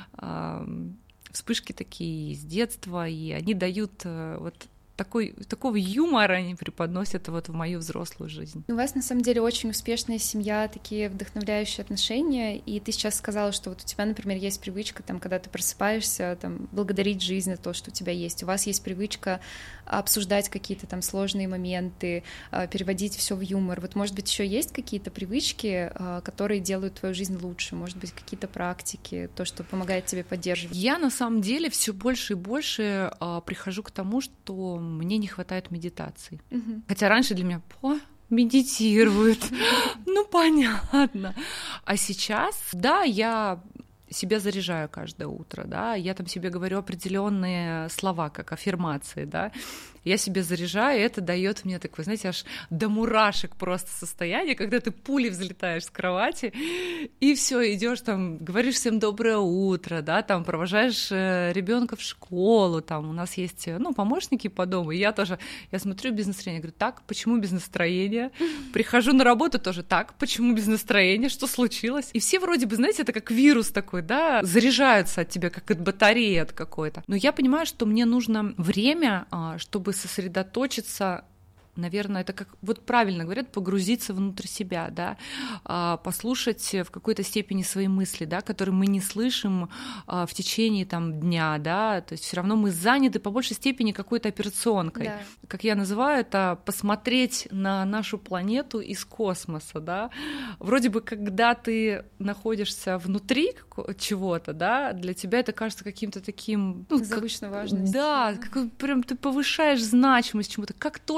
вспышки такие с детства, и они дают вот такого юмора они преподносят вот в мою взрослую жизнь. У вас на самом деле очень успешная семья, такие вдохновляющие отношения, и ты сейчас сказала, что вот у тебя, например, есть привычка, там, когда ты просыпаешься, там, благодарить жизнь за то, что у тебя есть. У вас есть привычка обсуждать какие-то там сложные моменты, переводить все в юмор. Вот, может быть, еще есть какие-то привычки, которые делают твою жизнь лучше? Может быть, какие-то практики, то, что помогает тебе поддерживать? Я на самом деле все больше и больше прихожу к тому, что мне не хватает медитации. Хотя раньше для меня медитирует, ну понятно. А сейчас, да, я себя заряжаю каждое утро, да, я там себе говорю определенные слова, как аффирмации, да, я себе заряжаю, и это дает мне такое, знаете, аж до мурашек просто состояние, когда ты пулей взлетаешь с кровати, и все, идешь там, говоришь всем доброе утро, да, там провожаешь ребенка в школу, там у нас есть, помощники по дому, и я смотрю без настроения, говорю: так, почему без настроения? Прихожу на работу тоже: так, почему без настроения? Что случилось? И все вроде бы, знаете, это как вирус такой, да, заряжаются от тебя, как от батареи от какой-то. Но я понимаю, что мне нужно время, чтобы сосредоточиться, наверное, это как, вот правильно говорят, погрузиться внутрь себя, да, послушать в какой-то степени свои мысли, да, которые мы не слышим в течение там дня, да, то есть все равно мы заняты по большей степени какой-то операционкой. Да. Как я называю это, посмотреть на нашу планету из космоса, да. Вроде бы, когда ты находишься внутри чего-то, да, для тебя это кажется каким-то таким... завышенной важностью. Да, прям ты повышаешь значимость чему-то. Как только тебе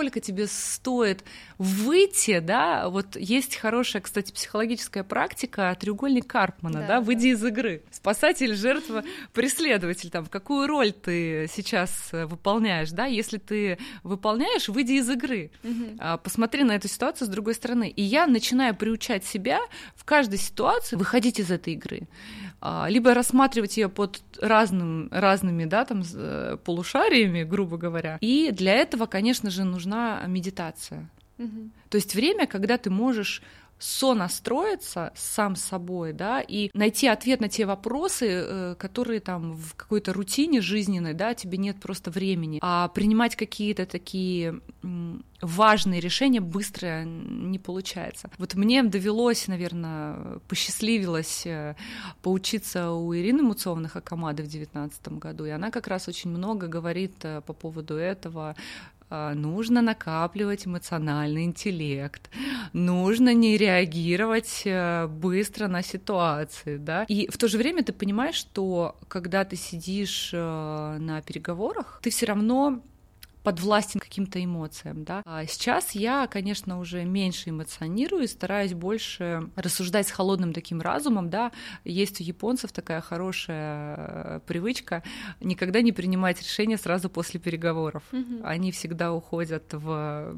тебе стоит выйти, да, вот есть хорошая, кстати, психологическая практика, треугольник Карпмана, да, выйди из игры. Спасатель, жертва, преследователь, там, какую роль ты сейчас выполняешь, да, если ты выполняешь, выйди из игры, посмотри на эту ситуацию с другой стороны. И я начинаю приучать себя в каждой ситуации выходить из этой игры, либо рассматривать ее под разными, да, там, полушариями, грубо говоря. И для этого, конечно же, нужна медитация. То есть время, когда ты можешь сонастроиться сам с собой, да, и найти ответ на те вопросы, которые там в какой-то рутине жизненной, да, тебе нет просто времени, а принимать какие-то такие важные решения быстро не получается. Вот мне довелось, наверное, посчастливилось поучиться у Ирины Муцовны Хакамады в 2019 году, и она как раз очень много говорит по поводу этого. Нужно накапливать эмоциональный интеллект, нужно не реагировать быстро на ситуации, да. И в то же время ты понимаешь, что когда ты сидишь на переговорах, ты все равно подвластен каким-то эмоциям, да. А сейчас я, конечно, уже меньше эмоционирую и стараюсь больше рассуждать с холодным таким разумом, да. Есть у японцев такая хорошая привычка никогда не принимать решения сразу после переговоров. Они всегда уходят в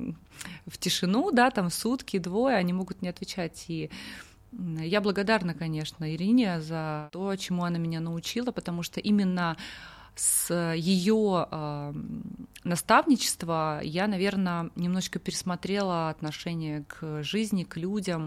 тишину, да, там сутки, двое, они могут не отвечать. И я благодарна, конечно, Ирине за то, чему она меня научила, потому что именно с ее наставничества я, наверное, немножечко пересмотрела отношение к жизни, к людям,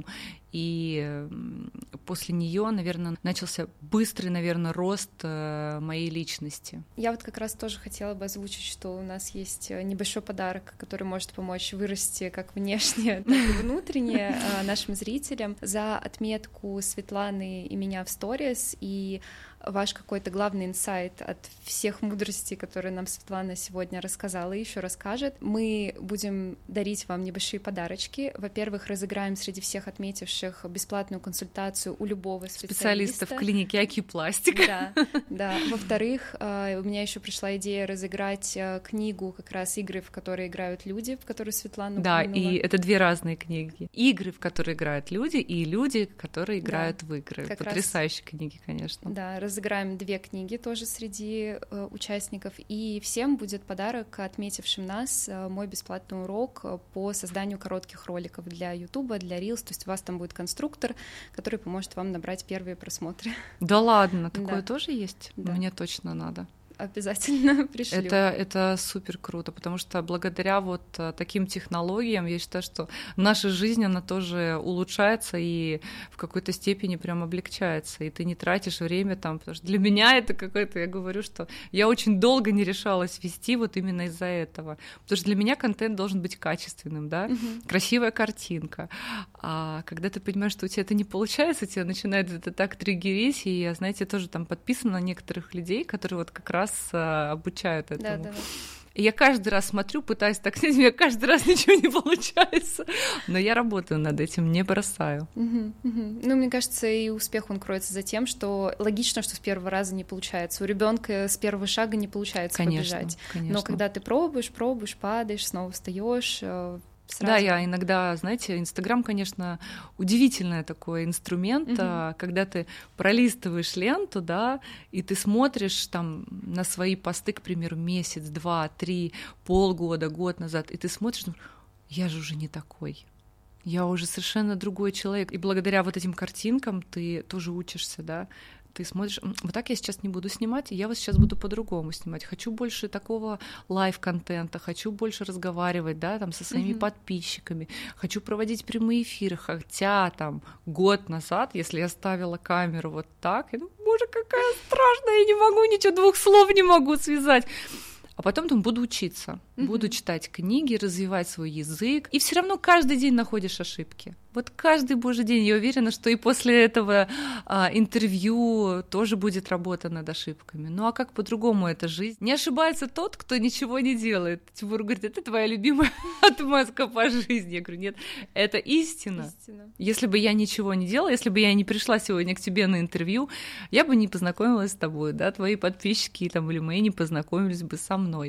и после нее, наверное, начался быстрый, наверное, рост моей личности. Я вот как раз тоже хотела бы озвучить, что у нас есть небольшой подарок, который может помочь вырасти как внешне, так и внутренне нашим зрителям за отметку Светланы и меня в сторис, и ваш какой-то главный инсайт от всех мудростей, которые нам Светлана сегодня рассказала и еще расскажет. Мы будем дарить вам небольшие подарочки. Во-первых, разыграем среди всех отметивших бесплатную консультацию у любого специалиста в клинике Акипластик. Да. Во-вторых, у меня еще пришла идея разыграть книгу, как раз «Игры, в которые играют люди», в которую Светлана упомянула. Да, и это две разные книги. Игры, в которые играют люди, и люди, которые играют в игры. Потрясающие книги, конечно. Да, разыграем 2 книги тоже среди участников, и всем будет подарок, отметившим нас, мой бесплатный урок по созданию коротких роликов для YouTube, для Reels, то есть у вас там будет конструктор, который поможет вам набрать первые просмотры. Да ладно, такое тоже есть? Да. Мне точно надо. Обязательно пришлю. Это супер круто, потому что благодаря вот таким технологиям я считаю, что наша жизнь, она тоже улучшается и в какой-то степени прям облегчается, и ты не тратишь время там, потому что для меня это какое-то, я говорю, что я очень долго не решалась вести вот именно из-за этого, потому что для меня контент должен быть качественным, да, красивая картинка, а когда ты понимаешь, что у тебя это не получается, тебя начинает это так триггерить, и я, знаете, тоже там подписана на некоторых людей, которые вот как раз обучают этому. Да. И я каждый раз смотрю, пытаюсь так снять, у меня каждый раз ничего не получается. Но я работаю над этим, не бросаю. Ну, мне кажется, и успех, он кроется за тем, что логично, что с первого раза не получается. У ребенка с первого шага не получается побежать. Конечно. Но когда ты пробуешь, падаешь, снова встаешь. Сразу. Да, я иногда, знаете, Инстаграм, конечно, удивительный такой инструмент, когда ты пролистываешь ленту, да, и ты смотришь там на свои посты, к примеру, месяц, 2, 3, полгода, год назад, и ты смотришь, я же уже не такой. Я уже совершенно другой человек. И благодаря вот этим картинкам ты тоже учишься, да. Ты смотришь, вот так я сейчас не буду снимать, я вот сейчас буду по-другому снимать. Хочу больше такого лайв-контента, хочу больше разговаривать, да, там, со своими подписчиками, хочу проводить прямые эфиры, хотя там год назад, если я ставила камеру вот так, я думаю, боже, какая страшная, я не могу ничего, 2 слов не могу связать. А потом там буду учиться, буду читать книги, развивать свой язык, и все равно каждый день находишь ошибки. Вот каждый божий день. Я уверена, что и после этого интервью тоже будет работа над ошибками. Ну а как по-другому это жизнь? Не ошибается тот, кто ничего не делает. Тимур говорит, это твоя любимая отмазка по жизни. Я говорю, нет, это истина. Если бы я ничего не делала, если бы я не пришла сегодня к тебе на интервью, я бы не познакомилась с тобой, да, твои подписчики там, или мои не познакомились бы со мной. мной.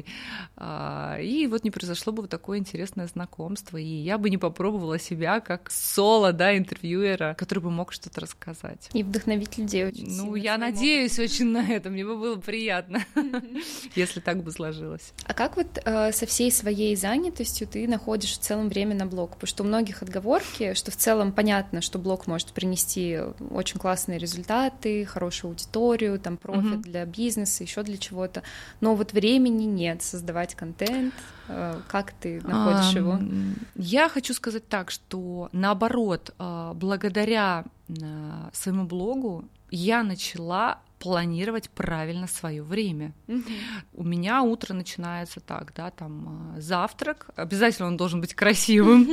И вот не произошло бы вот такое интересное знакомство, и я бы не попробовала себя как соло, да, интервьюера, который бы мог что-то рассказать. И вдохновить людей очень сильно. Ну, я надеюсь очень на это, мне бы было приятно, если так бы сложилось. А как вот со всей своей занятостью ты находишь в целом время на блог? Потому что у многих отговорки, что в целом понятно, что блог может принести очень классные результаты, хорошую аудиторию, там профит для бизнеса, еще для чего-то, но вот времени нет создавать контент. Как ты находишь его? Я хочу сказать так, что наоборот, благодаря своему блогу я начала планировать правильно свое время. У меня утро начинается так, да, там завтрак, обязательно он должен быть красивым.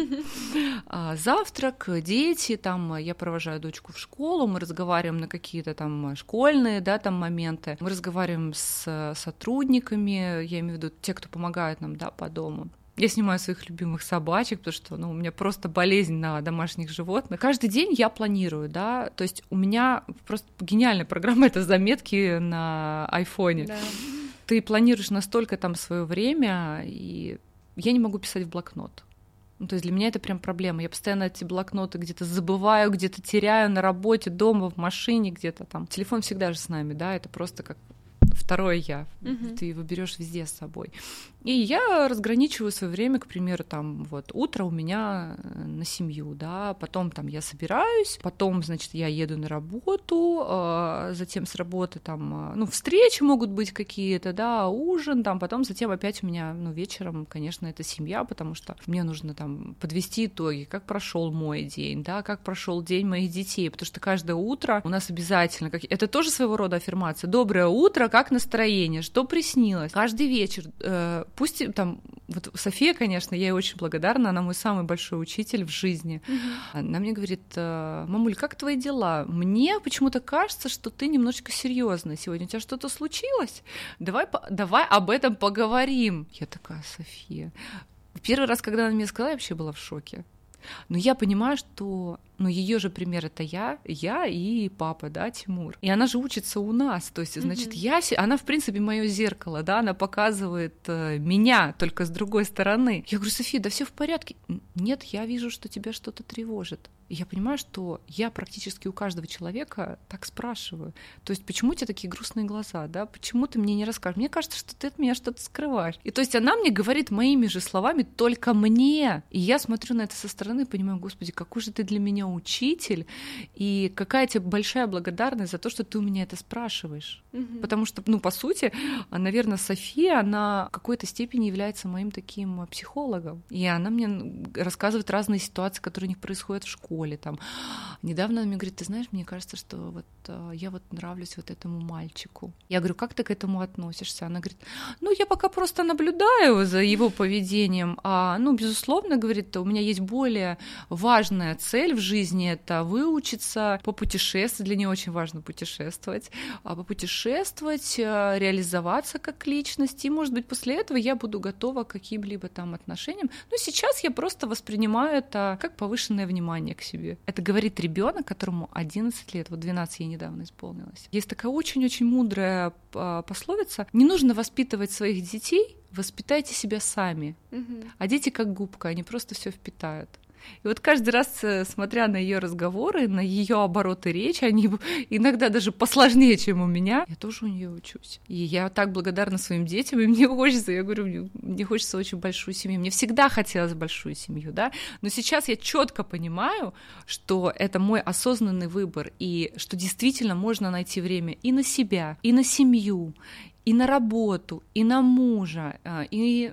Завтрак, дети, там я провожаю дочку в школу, мы разговариваем на какие-то там школьные, да, там моменты, мы разговариваем с сотрудниками, я имею в виду те, кто помогает нам, да, по дому. Я снимаю своих любимых собачек, потому что, у меня просто болезнь на домашних животных. Каждый день я планирую, да, то есть у меня просто гениальная программа — это заметки на айфоне. Да. Ты планируешь настолько там свое время, и я не могу писать в блокнот. То есть для меня это прям проблема. Я постоянно эти блокноты где-то забываю, где-то теряю на работе, дома, в машине, где-то там. Телефон всегда же с нами, да, это просто как второе я, ты его берешь везде с собой. И я разграничиваю свое время, к примеру, там вот утро у меня на семью, да, потом там я собираюсь, потом, значит, я еду на работу, затем с работы там, встречи могут быть какие-то, да, ужин, там, потом затем опять у меня, вечером, конечно, это семья, потому что мне нужно там подвести итоги, как прошел мой день, да, как прошел день моих детей, потому что каждое утро у нас обязательно, это тоже своего рода аффирмация: доброе утро, как настроение, что приснилось. Каждый вечер, пусть там, вот София, конечно, я ей очень благодарна, она мой самый большой учитель в жизни. Она мне говорит: мамуль, как твои дела? Мне почему-то кажется, что ты немножечко серьезная сегодня. У тебя что-то случилось? Давай об этом поговорим. Я такая: София. Первый раз, когда она мне сказала, я вообще была в шоке. Но я понимаю, что ее же пример — это я и папа, да, Тимур. И она же учится у нас, то есть, значит, она, в принципе, мое зеркало, да, она показывает меня, только с другой стороны. Я говорю: София, да все в порядке. Нет, я вижу, что тебя что-то тревожит. И я понимаю, что я практически у каждого человека так спрашиваю. То есть, почему у тебя такие грустные глаза, да? Почему ты мне не расскажешь? Мне кажется, что ты от меня что-то скрываешь. И то есть она мне говорит моими же словами только мне. И я смотрю на это со стороны и понимаю: Господи, какой же ты для меня учитель, и какая тебе большая благодарность за то, что ты у меня это спрашиваешь. Потому что, по сути, наверное, София, она в какой-то степени является моим таким психологом. И она мне рассказывает разные ситуации, которые у них происходят в школе. Там. Недавно она мне говорит: ты знаешь, мне кажется, что вот я вот нравлюсь вот этому мальчику. Я говорю: как ты к этому относишься? Она говорит: я пока просто наблюдаю за его поведением. Безусловно, говорит, у меня есть более важная цель в жизни — это выучиться, попутешествовать. Для нее очень важно путешествовать. Попутешествовать, реализоваться как личность. И, может быть, после этого я буду готова к каким-либо там отношениям. Но сейчас я просто воспринимаю это как повышенное внимание к себе. Это говорит ребенок, которому 11 лет, вот 12 ей недавно исполнилось. Есть такая очень-очень мудрая пословица: не нужно воспитывать своих детей, воспитайте себя сами. А дети как губка, они просто все впитают. И вот каждый раз, смотря на ее разговоры, на ее обороты речи, они иногда даже посложнее, чем у меня, я тоже у нее учусь. И я так благодарна своим детям, и мне хочется, я говорю, мне хочется очень большую семью. Мне всегда хотелось большую семью, да, но сейчас я четко понимаю, что это мой осознанный выбор, и что действительно можно найти время и на себя, и на семью, и на работу, и на мужа, и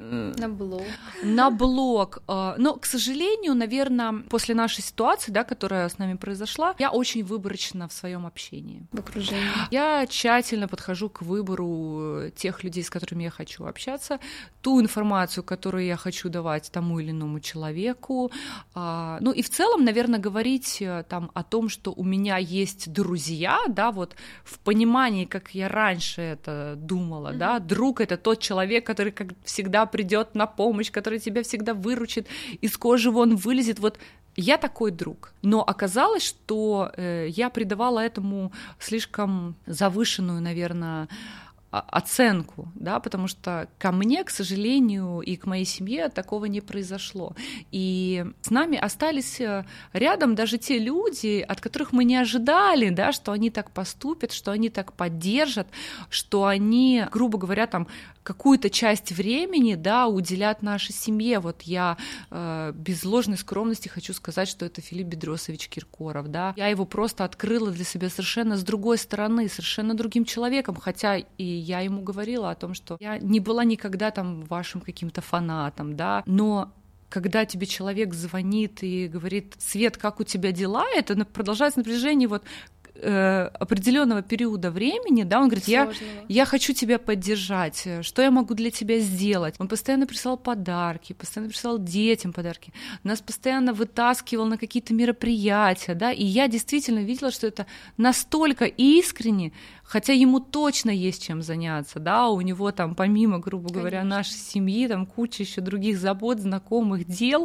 на блог. Но, к сожалению, наверное, после нашей ситуации, да, которая с нами произошла, я очень выборочна в своем общении. В окружении. Я тщательно подхожу к выбору тех людей, с которыми я хочу общаться, ту информацию, которую я хочу давать тому или иному человеку. И в целом, наверное, говорить там о том, что у меня есть друзья, да, вот в понимании, как я раньше это думала, да, друг — это тот человек, который, как всегда, придет на помощь, который тебя всегда выручит, из кожи вон вылезет. Вот я такой друг. Но оказалось, что я придавала этому слишком завышенную, наверное, оценку, да, потому что ко мне, к сожалению, и к моей семье такого не произошло. И с нами остались рядом даже те люди, от которых мы не ожидали, да, что они так поступят, что они так поддержат, что они, грубо говоря, там какую-то часть времени, да, уделят нашей семье. Вот я без ложной скромности хочу сказать, что это Филипп Бедросович Киркоров, да. Я его просто открыла для себя совершенно с другой стороны, совершенно другим человеком, хотя и я ему говорила о том, что я не была никогда там вашим каким-то фанатом, да, но когда тебе человек звонит и говорит: Свет, как у тебя дела? Это продолжается на протяжении вот определенного периода времени, да, он говорит: я хочу тебя поддержать, что я могу для тебя сделать. Он постоянно присылал подарки, постоянно присылал детям подарки, нас постоянно вытаскивал на какие-то мероприятия, да, и я действительно видела, что это настолько искренне, хотя ему точно есть чем заняться, да, у него там помимо, грубо говоря, нашей семьи, там куча еще других забот, знакомых, дел,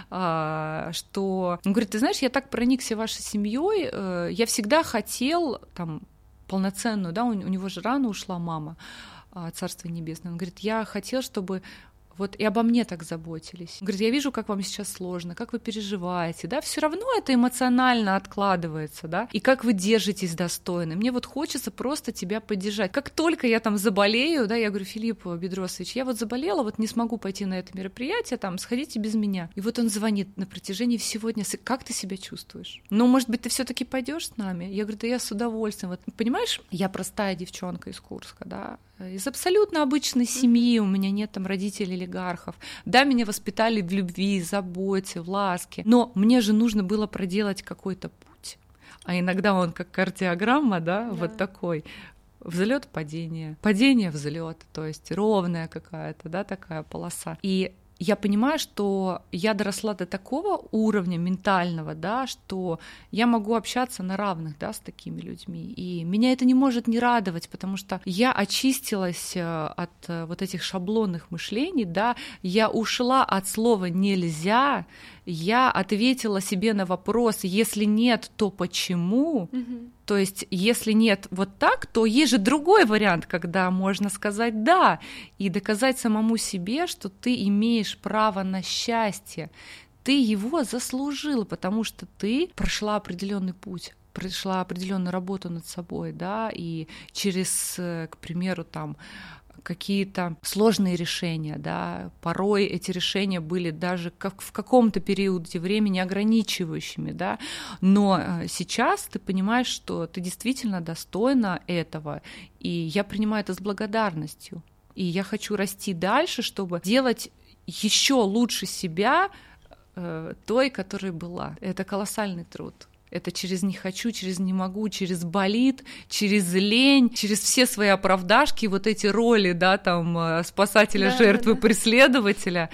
что он говорит: ты знаешь, я так проникся вашей семьей, я всегда хотел там полноценную, да, у него же рано ушла мама, Царство Небесное, он говорит: я хотел, чтобы вот и обо мне так заботились. Он говорит: я вижу, как вам сейчас сложно, как вы переживаете, да, все равно это эмоционально откладывается, да, и как вы держитесь достойно. Мне вот хочется просто тебя поддержать. Как только я там заболею, да, я говорю: Филипп Бедросович, я вот заболела, вот не смогу пойти на это мероприятие, там, сходите без меня. И вот он звонит на протяжении всего дня: как ты себя чувствуешь? Ну, может быть, ты все-таки пойдешь с нами? Я говорю: да я с удовольствием. Вот, понимаешь, я простая девчонка из Курска, да, из абсолютно обычной семьи, у меня нет там родителей олигархов. Да, меня воспитали в любви, заботе, в ласке, но мне же нужно было проделать какой-то путь. А иногда он как кардиограмма, да, вот такой. Взлет, падение, падение, взлет, то есть ровная какая-то, да, такая полоса. И я понимаю, что я доросла до такого уровня ментального, да, что я могу общаться на равных, да, с такими людьми. И меня это не может не радовать, потому что я очистилась от вот этих шаблонных мышлений, да, я ушла от слова «нельзя», я ответила себе на вопрос: если нет, то почему? То есть, если нет вот так, то есть же другой вариант, когда можно сказать «да» и доказать самому себе, что ты имеешь право на счастье. Ты его заслужил, потому что ты прошла определенный путь, прошла определенную работу над собой, да, и через, к примеру, там, какие-то сложные решения, да, порой эти решения были даже как в каком-то периоде времени ограничивающими, да, но сейчас ты понимаешь, что ты действительно достойна этого, и я принимаю это с благодарностью, и я хочу расти дальше, чтобы делать еще лучше себя той, которой была. Это колоссальный труд. Это через «не хочу», через «не могу», через «болит», через лень, через все свои оправдашки, вот эти роли, да, там, спасателя, жертвы, преследователя.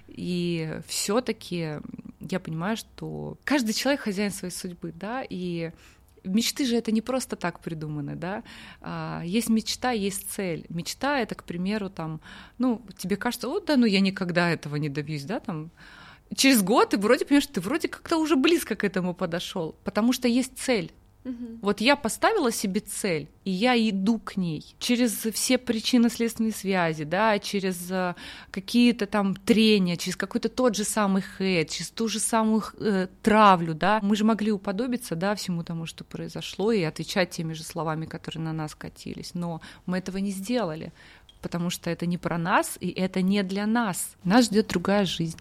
И все-таки я понимаю, что каждый человек хозяин своей судьбы, да, и мечты же это не просто так придуманы, да, есть мечта, есть цель. Мечта — это, к примеру, там, ну, тебе кажется: о, да, ну я никогда этого не добьюсь, да, там, через год ты вроде понимаешь, что ты вроде как-то уже близко к этому подошел, потому что есть цель. Вот я поставила себе цель, и я иду к ней через все причинно-следственные связи, да, через какие-то там трения, через какой-то тот же самый хейт, через ту же самую травлю, да. Мы же могли уподобиться, да, всему тому, что произошло, и отвечать теми же словами, которые на нас катились, но мы этого не сделали, потому что это не про нас, и это не для нас. Нас ждет другая жизнь.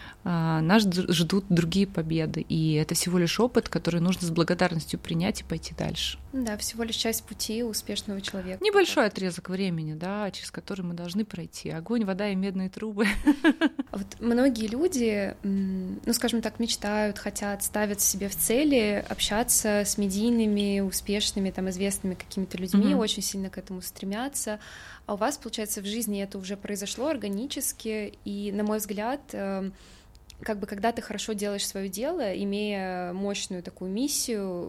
Нас ждут другие победы, и это всего лишь опыт, который нужно с благодарностью принять и пойти дальше. Да, всего лишь часть пути успешного человека. Небольшой отрезок времени, да, через который мы должны пройти. Огонь, вода и медные трубы. Вот многие люди, ну, скажем так, мечтают, хотят, ставят себе в цели общаться с медийными, успешными, там, известными какими-то людьми, очень сильно к этому стремятся. А у вас, получается, в жизни это уже произошло органически, и, на мой взгляд, как бы когда ты хорошо делаешь свое дело, имея мощную такую миссию,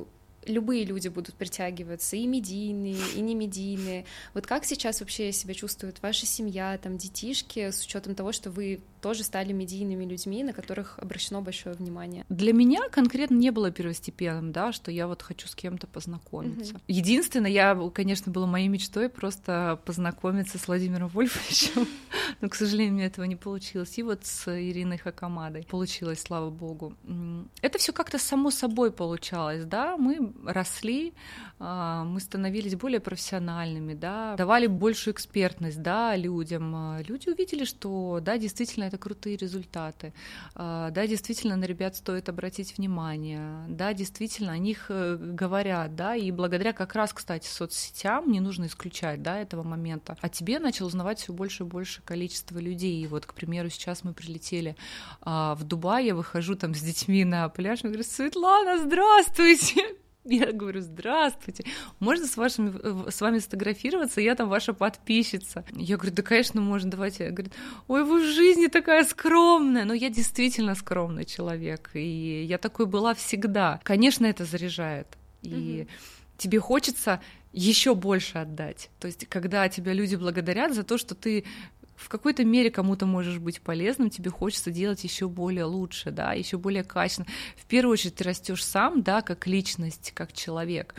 любые люди будут притягиваться, и медийные, и не медийные. Вот как сейчас вообще себя чувствует ваша семья, там, детишки, с учетом того, что вы тоже стали медийными людьми, на которых обращено большое внимание? Для меня конкретно не было первостепенным, да, что я вот хочу с кем-то познакомиться. Единственное, конечно, было моей мечтой просто познакомиться с Владимиром Вольфовичем, но, к сожалению, у меня этого не получилось. И вот с Ириной Хакамадой получилось, слава богу. Это все как-то само собой получалось, да, мы росли, мы становились более профессиональными, да, давали большую экспертность, да, людям. Люди увидели, что, да, действительно, это крутые результаты, да, действительно, на ребят стоит обратить внимание, да, действительно, о них говорят, да, и благодаря как раз, кстати, соцсетям, не нужно исключать, да, этого момента, о тебе начал узнавать все больше и больше количество людей. И вот, к примеру, сейчас мы прилетели в Дубай, я выхожу там с детьми на пляж, мне говорят: Светлана, здравствуйте! Я говорю: здравствуйте, можно с вами сфотографироваться, я там ваша подписчица. Я говорю: да, конечно, можно, давайте. Говорит: ой, вы в жизни такая скромная. Но я действительно скромный человек, и я такой была всегда. Конечно, это заряжает, и тебе хочется еще больше отдать. То есть, когда тебя люди благодарят за то, что ты в какой-то мере кому-то можешь быть полезным, тебе хочется делать еще более лучше, да, еще более качественно. В первую очередь ты растешь сам, да, как личность, как человек.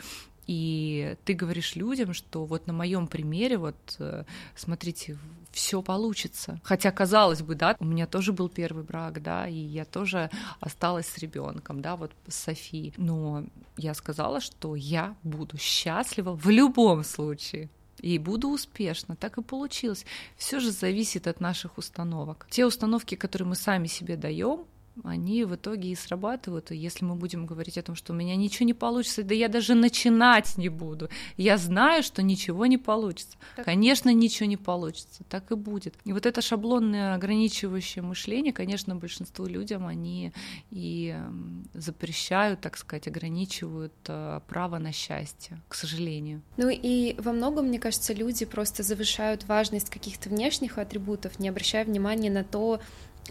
И ты говоришь людям, что вот на моем примере, вот смотрите, все получится. Хотя, казалось бы, да, у меня тоже был первый брак, да, и я тоже осталась с ребенком, да, вот с Софией. Но я сказала, что я буду счастлива в любом случае. И буду успешна, так и получилось. Все же зависит от наших установок. Те установки, которые мы сами себе даем, они в итоге и срабатывают. И если мы будем говорить о том, что у меня ничего не получится, да я даже начинать не буду. Я знаю, что ничего не получится. Так. Конечно, ничего не получится, так и будет. И вот это шаблонное ограничивающее мышление, конечно, большинству людям они и запрещают, так сказать, ограничивают право на счастье, к сожалению. Ну и во многом, мне кажется, люди просто завышают важность каких-то внешних атрибутов, не обращая внимания на то,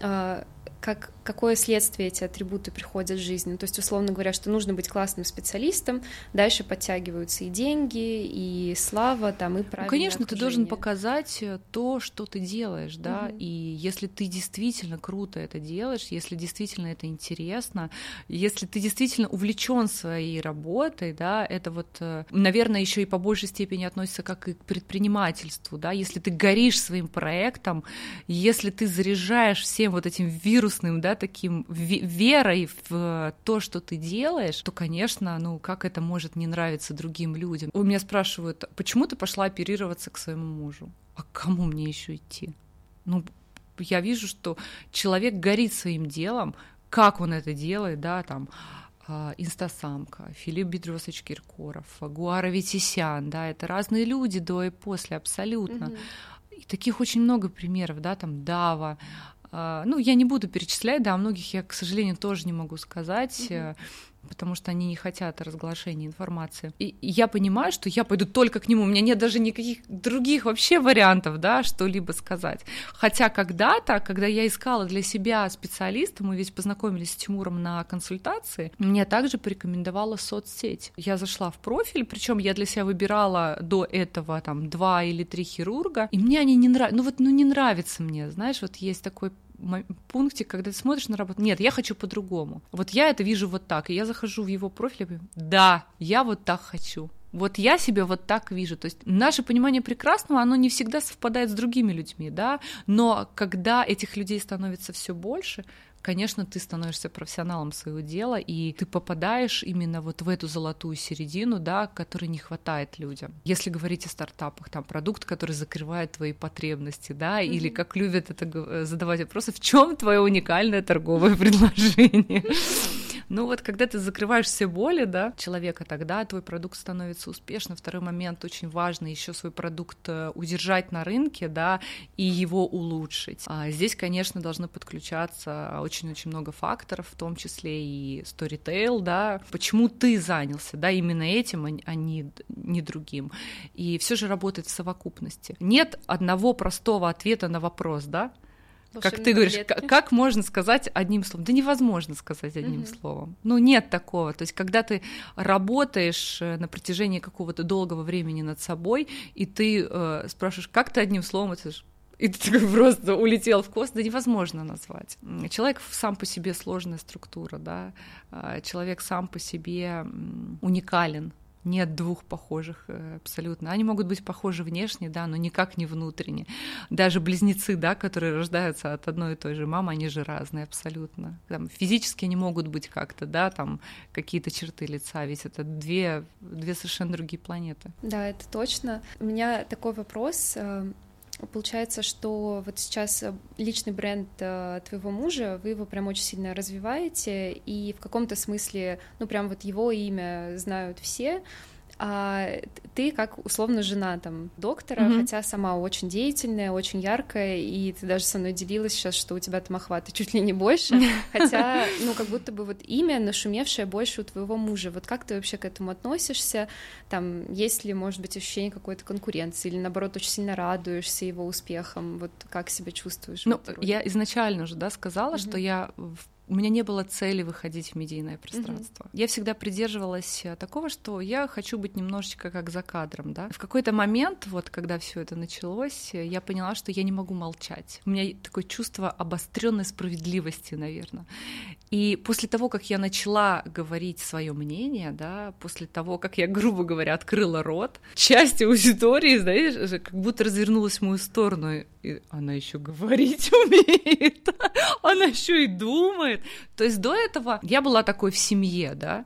какое следствие эти атрибуты приходят в жизнь. То есть, условно говоря, что нужно быть классным специалистом, дальше подтягиваются и деньги, и слава, там, и правильное окружение. Конечно, ты должен показать то, что ты делаешь, да, и если ты действительно круто это делаешь, если действительно это интересно, если ты действительно увлечен своей работой, да, это вот, наверное, еще и по большей степени относится как и к предпринимательству, да, если ты горишь своим проектом, если ты заряжаешь всем вот этим вирусным, да, таким верой в то, что ты делаешь, то, конечно, ну, как это может не нравиться другим людям? У меня спрашивают: почему ты пошла оперироваться к своему мужу? А к кому мне еще идти? Ну, я вижу, что человек горит своим делом, как он это делает, да, там, Инстасамка, Филипп Бедросович Киркоров, Гуара Ветисян, да, это разные люди до и после, абсолютно. И таких очень много примеров, да, там, Дава. Ну, я не буду перечислять, да, о многих я, к сожалению, тоже не могу сказать, потому что они не хотят разглашения информации. И я понимаю, что я пойду только к нему, у меня нет даже никаких других вообще вариантов, да, что-либо сказать. Хотя когда-то, когда я искала для себя специалиста, мы ведь познакомились с Тимуром на консультации, мне также порекомендовала соцсеть. Я зашла в профиль, причем я для себя выбирала до этого там 2 или 3 хирурга, и мне они не нравятся, не нравится мне, знаешь, вот есть такой пунктик, когда ты смотришь на работу, нет, я хочу по-другому. Вот я это вижу вот так, и я захожу в его профиль и говорю: да, я вот так хочу. Вот я себя вот так вижу. То есть наше понимание прекрасного, оно не всегда совпадает с другими людьми, да, но когда этих людей становится все больше, конечно, ты становишься профессионалом своего дела, и ты попадаешь именно вот в эту золотую середину, да, которой не хватает людям. Если говорить о стартапах, там продукт, который закрывает твои потребности, да, или как любят это задавать вопросы: в чем твое уникальное торговое предложение? Ну вот, когда ты закрываешь все боли, да, человека, тогда твой продукт становится успешным. Второй момент очень важный: еще свой продукт удержать на рынке, да, и его улучшить. Здесь, конечно, должны подключаться очень-очень много факторов, в том числе и storytell, да, почему ты занялся, да, именно этим, а не другим. И все же работает в совокупности. Нет одного простого ответа на вопрос, да. Как ты говоришь, как можно сказать одним словом? Да невозможно сказать одним словом. Ну, нет такого. То есть, когда ты работаешь на протяжении какого-то долгого времени над собой, и ты спрашиваешь, как ты одним словом это... И ты такой просто улетел в космос, да невозможно назвать. Человек сам по себе сложная структура, да, человек сам по себе уникален. Нет двух похожих абсолютно. Они могут быть похожи внешне, да, но никак не внутренне. Даже близнецы, да, которые рождаются от одной и той же мамы, они же разные абсолютно. Там, физически они могут быть как-то, да, там какие-то черты лица, ведь это две совершенно другие планеты. Да, это точно. У меня такой вопрос. Получается, что вот сейчас личный бренд твоего мужа, вы его прям очень сильно развиваете, и в каком-то смысле, ну прям вот его имя знают все, а ты как условно жена там доктора, хотя сама очень деятельная, очень яркая, и ты даже со мной делилась сейчас, что у тебя там охваты чуть ли не больше, хотя, ну, как будто бы вот имя нашумевшее больше у твоего мужа. Вот как ты вообще к этому относишься? Там есть ли, может быть, ощущение какой-то конкуренции, или наоборот очень сильно радуешься его успехам? Вот как себя чувствуешь? Ну, я изначально уже, да, сказала, что у меня не было цели выходить в медийное пространство. Я всегда придерживалась такого, что я хочу быть немножечко как за кадром, да. В какой-то момент, вот когда все это началось, я поняла, что я не могу молчать. У меня такое чувство обостренной справедливости, наверное. И после того, как я начала говорить свое мнение, да, после того, как я, грубо говоря, открыла рот, часть аудитории, знаешь, как будто развернулась в мою сторону. И она еще говорить умеет, она еще и думает. То есть до этого я была такой в семье, да,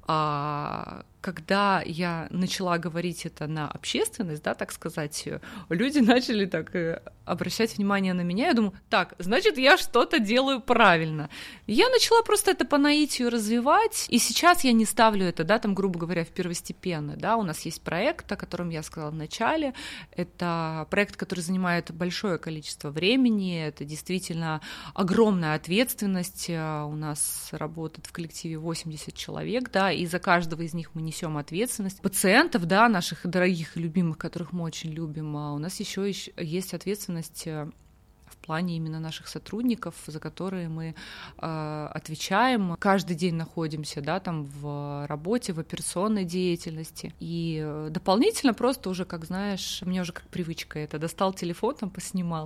когда я начала говорить это на общественность, да, так сказать, люди начали так обращать внимание на меня. Я думаю, так, значит, я что-то делаю правильно. Я начала просто это по наитию развивать, и сейчас я не ставлю это, да, там, грубо говоря, в первостепенно, да, у нас есть проект, о котором я сказала в начале, это проект, который занимает большое количество времени, это действительно огромная ответственность, у нас работает в коллективе 80 человек, да, и за каждого из них мы несем ответственность. Пациентов, да, наших дорогих и любимых, которых мы очень любим, а у нас еще есть ответственность в плане именно наших сотрудников, за которые мы отвечаем. Каждый день находимся, да, там в работе, в операционной деятельности. И дополнительно просто уже, как знаешь, мне уже как привычка это. Достал телефон, там поснимал.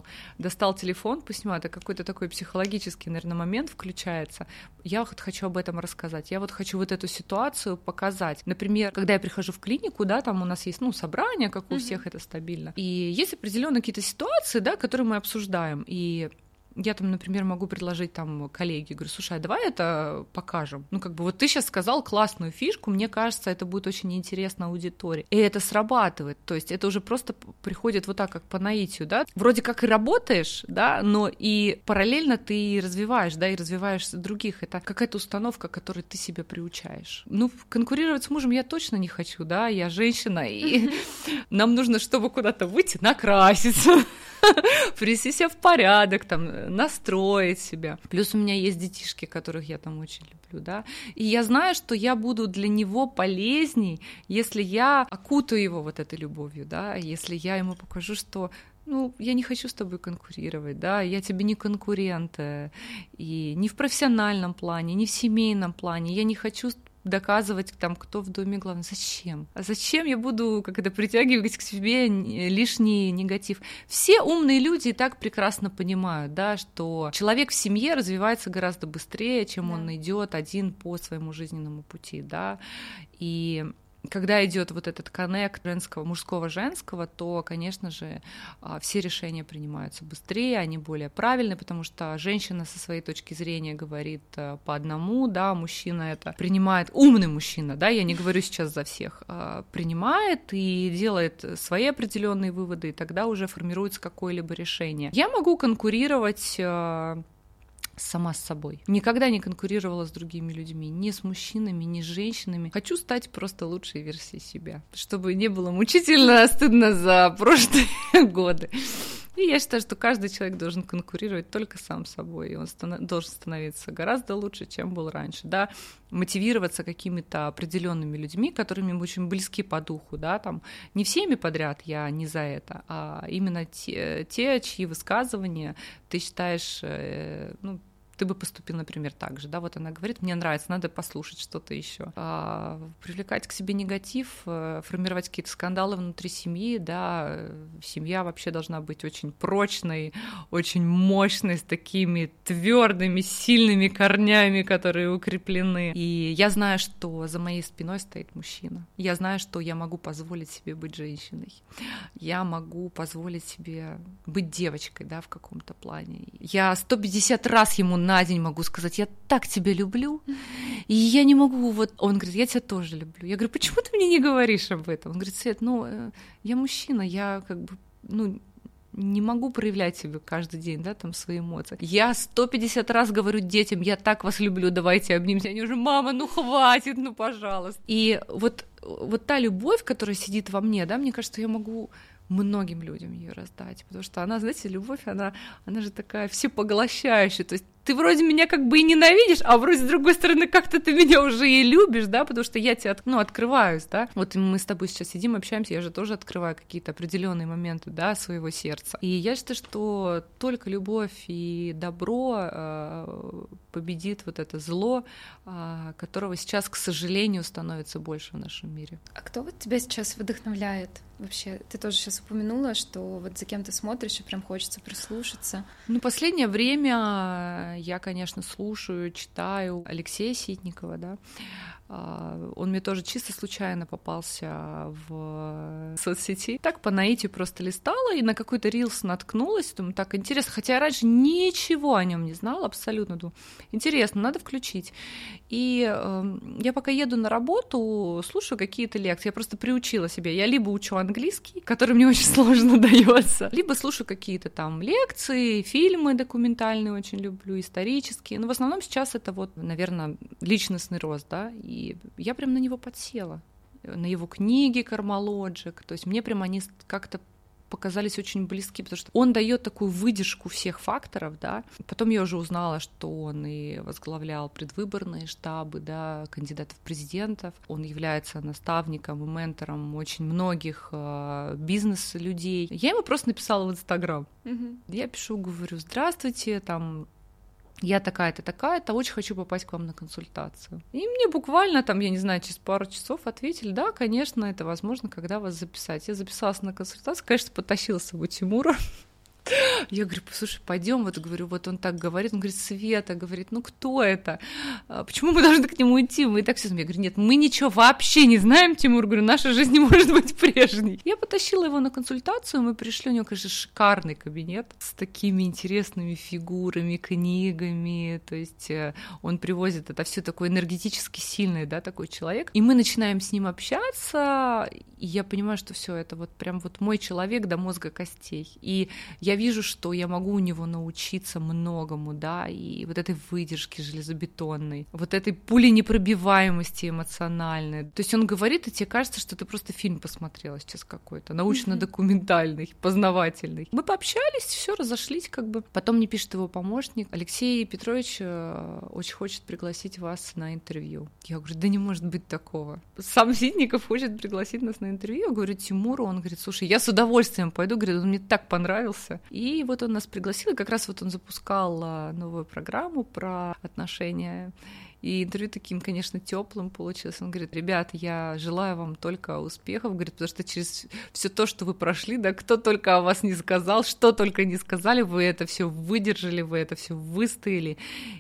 Это какой-то такой психологический, наверное, момент включается. Я вот хочу об этом рассказать. Я вот хочу вот эту ситуацию показать. Например, когда я прихожу в клинику, да, там у нас есть, собрание, как у всех, это стабильно. И есть определенные какие-то ситуации, да, которые мы обсуждаем. И я там, например, могу предложить там коллеге, говорю, слушай, а давай это покажем. Вот ты сейчас сказал классную фишку, мне кажется, это будет очень интересно аудитории. И это срабатывает, то есть это уже просто приходит вот так, как по наитию, да. Вроде как и работаешь, да, но и параллельно ты развиваешь, да, и развиваешь других. Это какая-то установка, которой ты себя приучаешь. Конкурировать с мужем я точно не хочу, да, я женщина, и нам нужно, чтобы куда-то выйти, накраситься, привести себя в порядок, там, настроить себя. Плюс у меня есть детишки, которых я там очень люблю, да. И я знаю, что я буду для него полезней, если я окутаю его вот этой любовью, да, если я ему покажу, что я не хочу с тобой конкурировать, да, я тебе не конкурент, и ни в профессиональном плане, ни в семейном плане, я не хочу доказывать, там, кто в доме главный. Зачем? А зачем я буду притягивать к себе лишний негатив? Все умные люди и так прекрасно понимают, да, что человек в семье развивается гораздо быстрее, чем он идет один по своему жизненному пути, да, и когда идет вот этот коннект мужского-женского, то, конечно же, все решения принимаются быстрее, они более правильные, потому что женщина со своей точки зрения говорит по одному, да, мужчина это принимает, умный мужчина, да, я не говорю сейчас за всех, принимает и делает свои определенные выводы, и тогда уже формируется какое-либо решение. Я могу конкурировать сама с собой. Никогда не конкурировала с другими людьми, ни с мужчинами, ни с женщинами. Хочу стать просто лучшей версией себя, чтобы не было мучительно стыдно за прошлые годы. И я считаю, что каждый человек должен конкурировать только сам собой, и он должен становиться гораздо лучше, чем был раньше, да, мотивироваться какими-то определенными людьми, которыми мы очень близки по духу, да, там, не всеми подряд, я не за это, а именно те, чьи высказывания ты считаешь, ну, ты бы поступил, например, так же, да, вот она говорит, мне нравится, надо послушать что-то еще. Привлекать к себе негатив, формировать какие-то скандалы внутри семьи, да, семья вообще должна быть очень прочной, очень мощной, с такими твердыми, сильными корнями, которые укреплены. И я знаю, что за моей спиной стоит мужчина. Я знаю, что я могу позволить себе быть женщиной. Я могу позволить себе быть девочкой, да, в каком-то плане. Я 150 раз ему на день могу сказать, я так тебя люблю, и я не могу, вот, он говорит, я тебя тоже люблю. Я говорю, почему ты мне не говоришь об этом? Он говорит, Свет, ну, я мужчина, я как бы, ну, не могу проявлять себе каждый день, да, там, свои эмоции. Я 150 раз говорю детям, я так вас люблю, давайте обнимемся. Они уже, мама, ну хватит, ну пожалуйста. И вот та любовь, которая сидит во мне, да, мне кажется, я могу многим людям ее раздать, потому что она, знаете, любовь, она же такая всепоглощающая, то есть ты вроде меня как бы и ненавидишь, а вроде с другой стороны как-то ты меня уже и любишь, да, потому что я тебе, открываюсь, да, вот мы с тобой сейчас сидим, общаемся, я же тоже открываю какие-то определенные моменты, да, своего сердца, и я считаю, что только любовь и добро победит вот это зло, которого сейчас, к сожалению, становится больше в нашем мире. А кто вот тебя сейчас вдохновляет? Вообще, ты тоже сейчас упомянула, что вот за кем ты смотришь, и прям хочется прислушаться. Ну, последнее время я, конечно, слушаю, читаю Алексея Ситникова, да. Он мне тоже чисто случайно попался в соцсети. Так по наитию просто листала и на какой-то рилс наткнулась. Думаю, так интересно. Хотя я раньше ничего о нем не знала абсолютно. Думаю, интересно, надо включить. И я пока еду на работу, слушаю какие-то лекции. Я просто приучила себя. Я либо учу английский, который мне очень сложно дается, либо слушаю какие-то там лекции, фильмы документальные очень люблю, исторические. Но в основном сейчас это вот, наверное, личностный рост, да, и я прям на него подсела, на его книги Кармалоджик, то есть мне прям они как-то показались очень близки, потому что он дает такую выдержку всех факторов, да. Потом я уже узнала, что он и возглавлял предвыборные штабы, да, кандидатов в президентов. Он является наставником и ментором очень многих бизнес-людей. Я ему просто написала в Инстаграм. Я пишу, говорю, здравствуйте, там, я такая-то, такая-то, очень хочу попасть к вам на консультацию. И мне буквально там, я не знаю, через пару часов ответили, да, конечно, это возможно, когда вас записать. Я записалась на консультацию, конечно, потащила с собой Тимура. Я говорю, слушай, пойдем, вот говорю, вот он так говорит, он говорит, Света, говорит, ну кто это? Почему мы должны к нему идти? Мы и так все знаем. Я говорю, нет, мы ничего вообще не знаем, Тимур, говорю, наша жизнь не может быть прежней. Я потащила его на консультацию, мы пришли, у него, конечно, шикарный кабинет с такими интересными фигурами, книгами, то есть он привозит это все такой энергетически сильный, да, такой человек, и мы начинаем с ним общаться, и я понимаю, что все это вот прям вот мой человек до мозга костей, и я вижу, что я могу у него научиться многому, да, и вот этой выдержки железобетонной, вот этой пуленепробиваемости эмоциональной. То есть он говорит, и тебе кажется, что ты просто фильм посмотрела сейчас какой-то, научно-документальный, познавательный. Мы пообщались, все разошлись как бы. Потом мне пишет его помощник. Алексей Петрович очень хочет пригласить вас на интервью. Я говорю, да не может быть такого. Сам Ситников хочет пригласить нас на интервью. Я говорю, Тимуру, он говорит, слушай, я с удовольствием пойду, говорит, он мне так понравился. И вот он нас пригласил, и как раз вот он запускал новую программу про отношения. И интервью таким, конечно, теплым получилось. Он говорит, ребят, я желаю вам только успехов, говорит, потому что через все то, что вы прошли, да, кто только о вас не сказал, что только не сказали, вы это все выдержали, вы это все выстояли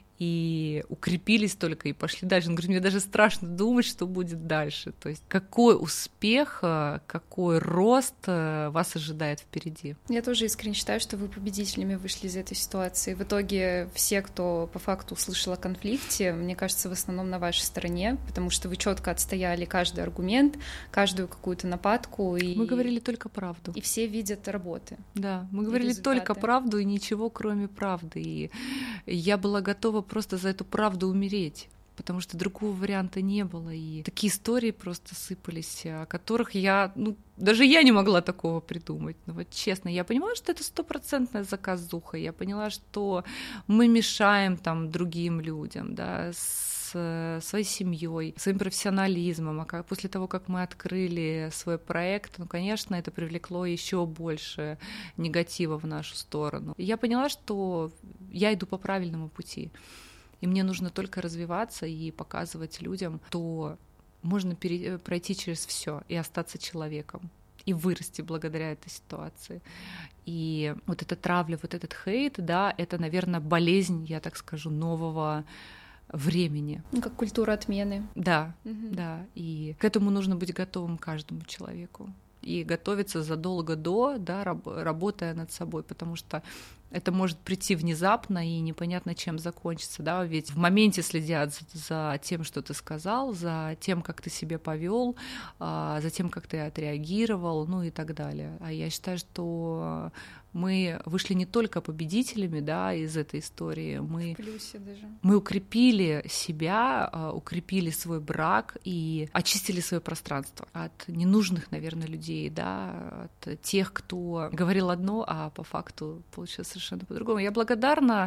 и укрепились только и пошли дальше. Он говорит, мне даже страшно думать, что будет дальше. То есть какой успех, какой рост вас ожидает впереди. Я тоже искренне считаю, что вы победителями вышли из этой ситуации. В итоге все, кто по факту услышал о конфликте, мне кажется, в основном на вашей стороне, потому что вы четко отстояли каждый аргумент, каждую какую-то нападку. И... Мы говорили только правду. И все видят работы. Да, мы говорили только правду и ничего, кроме правды. И я была готова просто за эту правду умереть. потому что другого варианта не было. И такие истории просто сыпались, о которых даже я не могла такого придумать. Но вот честно, я поняла, что это 100% заказуха. Я поняла, что мы мешаем там другим людям, да, с своей семьей, своим профессионализмом. А после того, как мы открыли свой проект, конечно, это привлекло еще больше негатива в нашу сторону. И я поняла, что я иду по правильному пути. И мне нужно только развиваться и показывать людям, что можно пройти через все и остаться человеком, и вырасти благодаря этой ситуации. И вот эта травля, вот этот хейт, да, это, наверное, болезнь, я так скажу, нового времени. Как культура отмены. Да, да. И к этому нужно быть готовым каждому человеку. И готовиться задолго до, да, работая над собой, потому что это может прийти внезапно и непонятно, чем закончится, да, ведь в моменте следят за тем, что ты сказал, за тем, как ты себя повел, за тем, как ты отреагировал, ну и так далее. А я считаю, что мы вышли не только победителями, да, из этой истории, мы укрепили себя, укрепили свой брак и очистили свое пространство от ненужных, наверное, людей, да, от тех, кто говорил одно, а по факту получилось совершенно по-другому. Я благодарна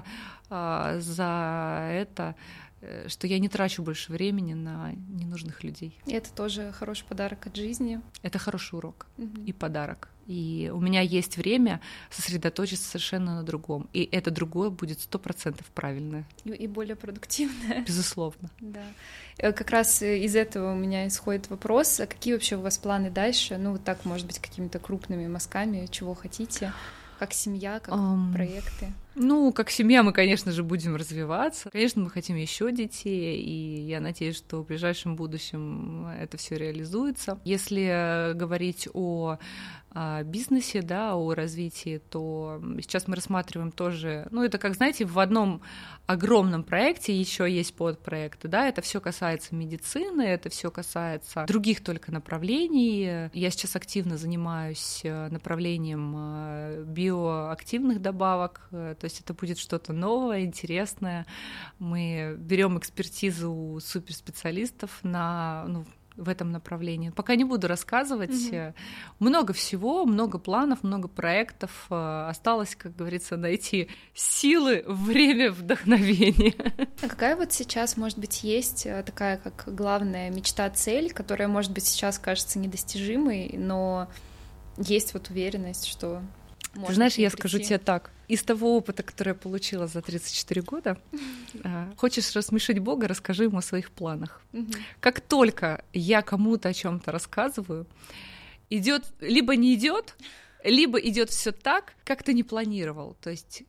за это, что я не трачу больше времени на ненужных людей. И это тоже хороший подарок от жизни. Это хороший урок и подарок. И у меня есть время сосредоточиться совершенно на другом. И это другое будет 100% правильное. И более продуктивное. Безусловно. Да. Как раз из этого у меня исходит вопрос, а какие вообще у вас планы дальше? Ну, вот так, может быть, какими-то крупными мазками, чего хотите? Как семья, как проекты? Ну, как семья мы, конечно же, будем развиваться. Конечно, мы хотим еще детей, и я надеюсь, что в ближайшем будущем это все реализуется. Если говорить о бизнесе, да, о развитии, то сейчас мы рассматриваем тоже, ну, это как, знаете, в одном огромном проекте еще есть подпроекты, да, это все касается медицины, это все касается других только направлений. Я сейчас активно занимаюсь направлением биоактивных добавок, то есть это будет что-то новое, интересное. Мы берем экспертизу суперспециалистов в этом направлении. Пока не буду рассказывать. Много всего, много планов, много проектов. Осталось, как говорится, найти силы, время, вдохновение. А какая вот сейчас, может быть, есть такая как главная мечта, цель, которая, может быть, сейчас кажется недостижимой, но есть вот уверенность, что можно. Ты знаешь, я скажу тебе так. Из того опыта, который я получила за 34 года, хочешь рассмешить Бога, расскажи ему о своих планах. Как только я кому-то о чем-то рассказываю, идет либо не идет, либо идет все так, как ты не планировал. То есть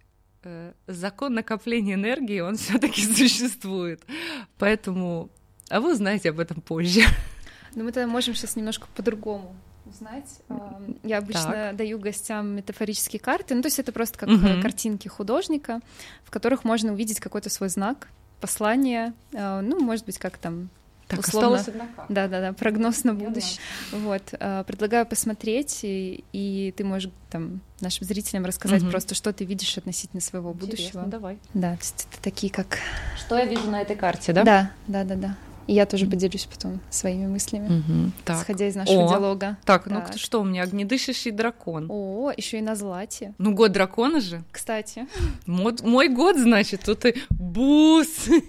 закон накопления энергии, он все-таки существует. Поэтому, а вы узнаете об этом позже. Ну, мы тогда можем сейчас немножко по-другому узнать. Я обычно даю гостям метафорические карты, ну, то есть это просто как картинки художника, в которых можно увидеть какой-то свой знак, послание, ну, может быть, как там так, условно... осталась одна карта. Да, прогноз на будущее. Вот. Предлагаю посмотреть, и ты можешь там нашим зрителям рассказать просто, что ты видишь относительно своего будущего. Давай. Да, то есть это такие как... Что я вижу на этой карте, да? Да. И я тоже поделюсь потом своими мыслями, исходя из нашего диалога. Так, ну что у меня? Огнедышащий дракон. О, еще и на злате. Ну, год дракона же. Кстати. Мой год, значит, тут и бусы,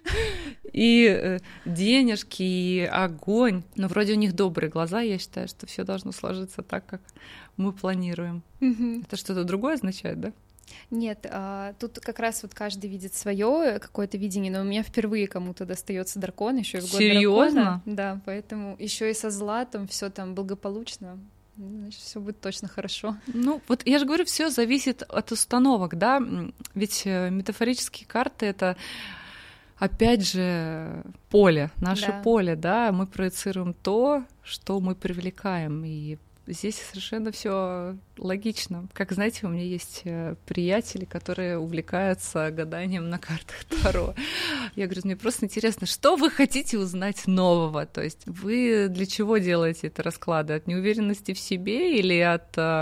и денежки, и огонь. Но вроде у них добрые глаза, я считаю, что все должно сложиться так, как мы планируем. Это что-то другое означает, да? Нет, тут как раз вот каждый видит свое какое-то видение, но у меня впервые кому-то достается дракон, еще и в год дракона. Да, поэтому еще и со златом все там благополучно. Значит, все будет точно хорошо. Ну, вот я же говорю, все зависит от установок, да, ведь метафорические карты — это, опять же, поле, наше поле, да, мы проецируем то, что мы привлекаем, и здесь совершенно все логично. Как знаете, у меня есть приятели, которые увлекаются гаданием на картах Таро. Я говорю, мне просто интересно, что вы хотите узнать нового? То есть вы для чего делаете это расклады? От неуверенности в себе или от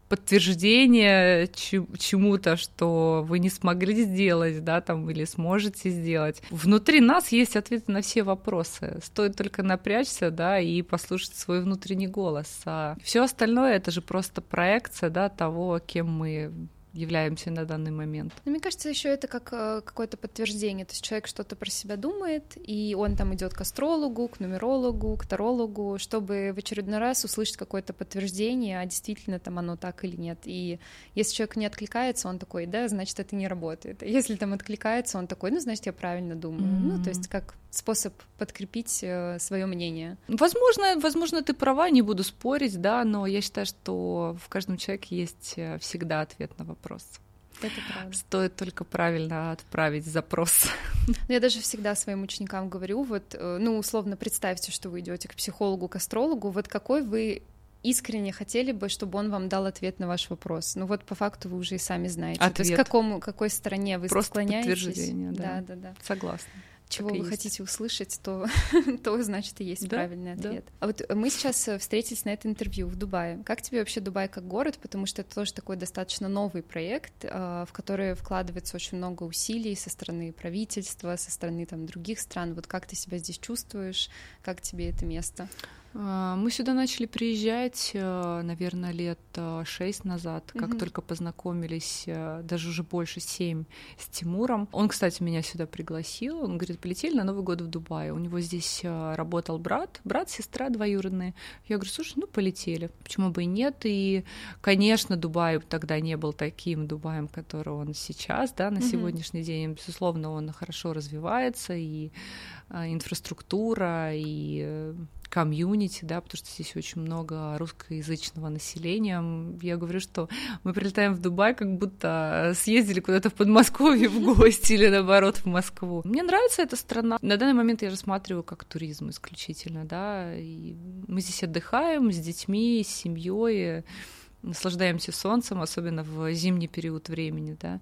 подтверждение чему-то, что вы не смогли сделать, да, там, или сможете сделать. Внутри нас есть ответы на все вопросы. Стоит только напрячься, да, и послушать свой внутренний голос. А все остальное — это же просто проекция, да, того, кем мы являемся на данный момент. Но мне кажется, еще это как какое-то подтверждение. То есть человек что-то про себя думает, и он там идет к астрологу, к нумерологу, к тарологу, чтобы в очередной раз услышать какое-то подтверждение, а действительно там оно так или нет. И если человек не откликается, он такой, да, значит, это не работает. А если там откликается, он такой, ну, значит, я правильно думаю. Ну, то есть как способ подкрепить свое мнение. Возможно, ты права, не буду спорить, да, но я считаю, что в каждом человеке есть всегда ответ на вопрос. Это правда. Стоит только правильно отправить запрос. Я даже всегда своим ученикам говорю, вот, ну, условно, представьте, что вы идете к психологу, к астрологу, вот какой вы искренне хотели бы, чтобы он вам дал ответ на ваш вопрос. Ну вот по факту вы уже и сами знаете. Ответ. То есть к какой стороне вы просто склоняетесь. Подтверждение, да. Да. Согласна. Чего вы хотите услышать, то значит и есть правильный ответ. А вот мы сейчас встретились на это интервью в Дубае. Как тебе вообще Дубай как город? Потому что это тоже такой достаточно новый проект, в который вкладывается очень много усилий со стороны правительства, со стороны там других стран. Вот как ты себя здесь чувствуешь? Как тебе это место? Мы сюда начали приезжать, наверное, лет 6 назад, как только познакомились, даже уже больше 7, с Тимуром. Он, кстати, меня сюда пригласил. Он говорит, полетели на Новый год в Дубай. У него здесь работал брат, сестра двоюродные. Я говорю, слушай, ну полетели, почему бы и нет? И, конечно, Дубай тогда не был таким Дубаем, который он сейчас, да, на сегодняшний день. Безусловно, он хорошо развивается, и инфраструктура, и комьюнити, да, потому что здесь очень много русскоязычного населения. Я говорю, что мы прилетаем в Дубай, как будто съездили куда-то в Подмосковье в гости или, наоборот, в Москву. Мне нравится эта страна. На данный момент я рассматриваю как туризм исключительно, да, и мы здесь отдыхаем с детьми, с семьей, наслаждаемся солнцем, особенно в зимний период времени, да,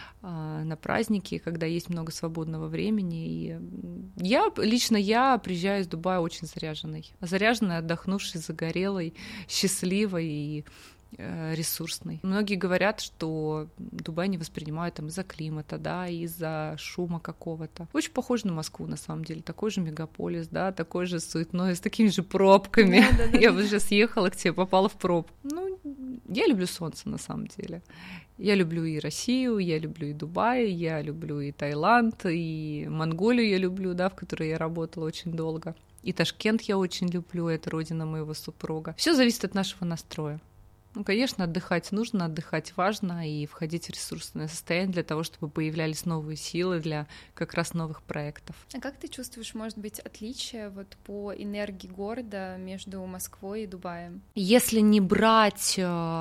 на праздники, когда есть много свободного времени. И я приезжаю из Дубая очень заряженной, отдохнувшей, загорелой, счастливой и ресурсной. Многие говорят, что Дубай не воспринимают там из-за климата, да, из-за шума какого-то. Очень похож на Москву, на самом деле. Такой же мегаполис, да, такой же суетной, с такими же пробками. Да. Я вот сейчас ехала к тебе, попала в пробку. Ну, я люблю солнце, на самом деле. Я люблю и Россию, я люблю и Дубай, я люблю и Таиланд, и Монголию я люблю, да, в которой я работала очень долго. И Ташкент я очень люблю, это родина моего супруга. Все зависит от нашего настроя. Ну, конечно, отдыхать нужно, отдыхать важно и входить в ресурсное состояние для того, чтобы появлялись новые силы для как раз новых проектов. А как ты чувствуешь, может быть, отличие вот по энергии города между Москвой и Дубаем? Если не брать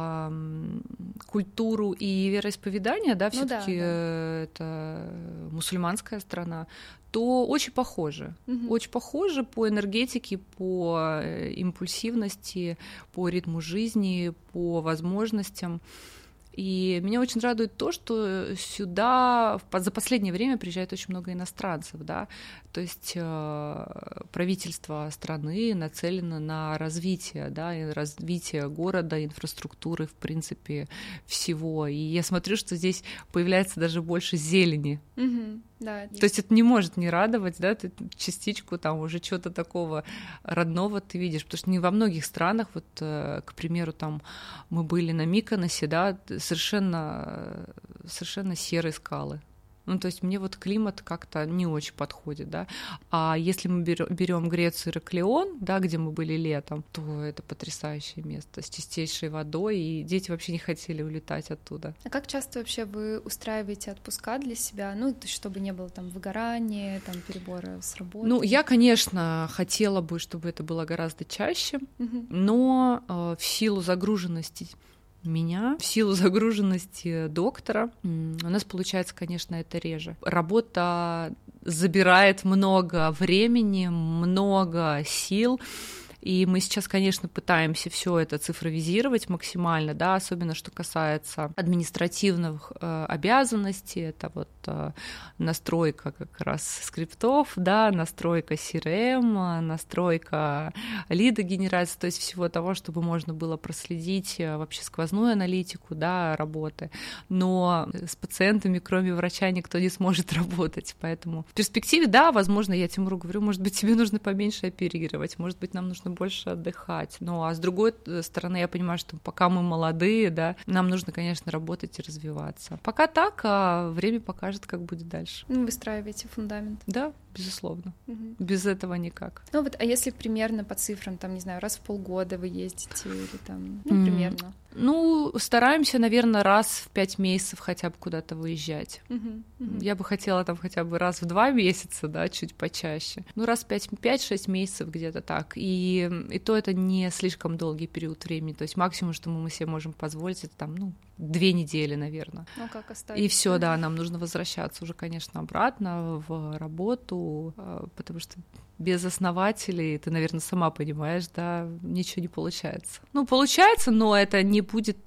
культуру и вероисповедание, да, все-таки это мусульманская страна, то очень похоже. Очень похоже по энергетике, по импульсивности, по ритму жизни, по возможностям. И меня очень радует то, что сюда за последнее время приезжает очень много иностранцев, да, то есть правительство страны нацелено на развитие, да, и развитие города, инфраструктуры, в принципе, всего. И я смотрю, что здесь появляется даже больше зелени. Да, то есть это не может не радовать, да, ты частичку там уже чего-то такого родного ты видишь, потому что не во многих странах, вот, к примеру, там мы были на Миконосе, да, совершенно серые скалы. Ну, то есть мне вот климат как-то не очень подходит, да. А если мы берем Грецию, Ираклион, да, где мы были летом, то это потрясающее место с чистейшей водой, и дети вообще не хотели улетать оттуда. А как часто вообще вы устраиваете отпуска для себя, ну, то есть чтобы не было там выгорания, там перебора с работой? Ну, я, конечно, хотела бы, чтобы это было гораздо чаще, но в силу загруженности меня, в силу загруженности доктора, у нас получается, конечно, это реже. Работа забирает много времени, много сил, И мы сейчас, конечно, пытаемся все это цифровизировать максимально, да, особенно что касается административных обязанностей, это вот настройка как раз скриптов, да, настройка CRM, настройка лидогенерации, то есть всего того, чтобы можно было проследить вообще сквозную аналитику, да, работы. Но с пациентами, кроме врача, никто не сможет работать, поэтому в перспективе, да, возможно, я Тимуру говорю, может быть, тебе нужно поменьше оперировать, может быть, нам нужно больше отдыхать. Ну, а с другой стороны, я понимаю, что пока мы молодые, да, нам нужно, конечно, работать и развиваться. Пока так, а время покажет, как будет дальше. Выстраиваете фундамент. Да, безусловно. Без этого никак. Ну вот, а если примерно по цифрам, там, не знаю, раз в полгода вы ездите или там, ну, примерно? Ну, стараемся, наверное, раз в 5 месяцев хотя бы куда-то выезжать. Я бы хотела там хотя бы раз в 2 месяца, да, чуть почаще. Ну, раз в 5-6 месяцев где-то так. И то это не слишком долгий период времени. То есть максимум, что мы себе можем позволить, это там, 2 недели, наверное. Ну, как оставить? И все, да, нам нужно возвращаться уже, конечно, обратно в работу, потому что без основателей, ты, наверное, сама понимаешь, да, ничего не получается. Ну, получается, но это не будет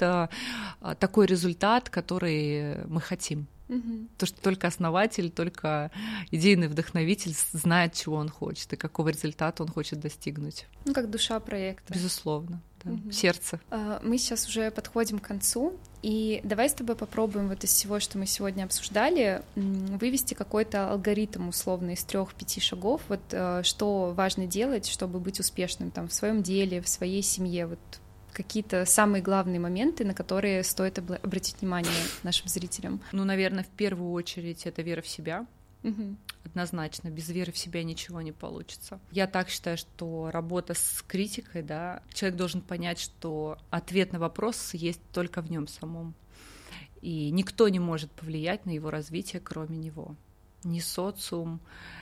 такой результат, который мы хотим. То, что только основатель, только идейный вдохновитель знает, чего он хочет и какого результата он хочет достигнуть. Ну, как душа проекта. Безусловно. Сердце. Мы сейчас уже подходим к концу, и давай с тобой попробуем вот из всего, что мы сегодня обсуждали, вывести какой-то алгоритм условно из 3-5 шагов, вот что важно делать, чтобы быть успешным там в своем деле, в своей семье, вот какие-то самые главные моменты, на которые стоит обратить внимание нашим зрителям. Ну, наверное, в первую очередь это вера в себя. Однозначно, без веры в себя ничего не получится. Я так считаю, что работа с критикой, да, человек должен понять, что ответ на вопрос есть только в нем самом. И никто не может повлиять на его развитие, кроме него. Ни социум,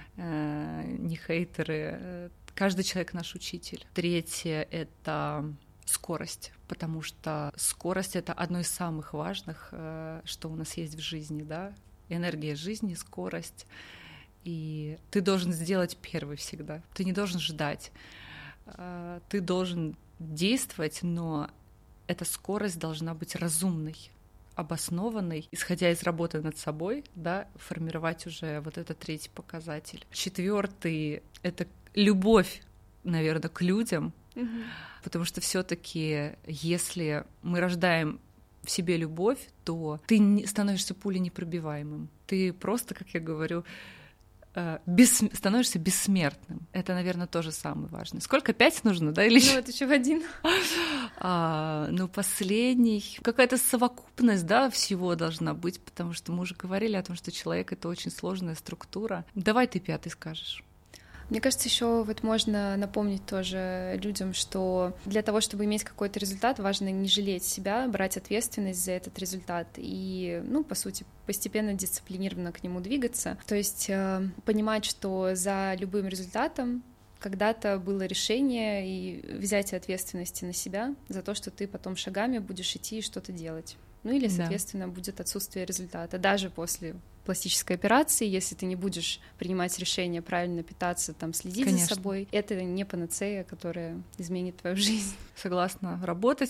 ни хейтеры. Каждый человек наш учитель. Третье — это скорость, потому что скорость — это одно из самых важных, что у нас есть в жизни, да. Энергия жизни, скорость. И ты должен сделать первый всегда. Ты не должен ждать. Ты должен действовать, но эта скорость должна быть разумной, обоснованной, исходя из работы над собой, да, формировать уже вот этот третий показатель. 4 — это любовь, наверное, к людям, потому что все-таки, если мы рождаем в себе любовь, то ты становишься пуленепробиваемым. Ты просто, как я говорю, становишься бессмертным. Это, наверное, тоже самое важное. Сколько? 5 нужно, да? Или это еще в 1. Последний. Какая-то совокупность, да, всего должна быть, потому что мы уже говорили о том, что человек — это очень сложная структура. Давай ты 5 скажешь. Мне кажется, еще вот можно напомнить тоже людям, что для того, чтобы иметь какой-то результат, важно не жалеть себя, брать ответственность за этот результат и, по сути, постепенно, дисциплинированно к нему двигаться. То есть понимать, что за любым результатом когда-то было решение, и взять ответственности на себя за то, что ты потом шагами будешь идти и что-то делать. Или, соответственно, будет отсутствие результата. Даже после пластической операции, если ты не будешь принимать решение правильно питаться, следить за собой, это не панацея, которая изменит твою жизнь. Согласна. Работать.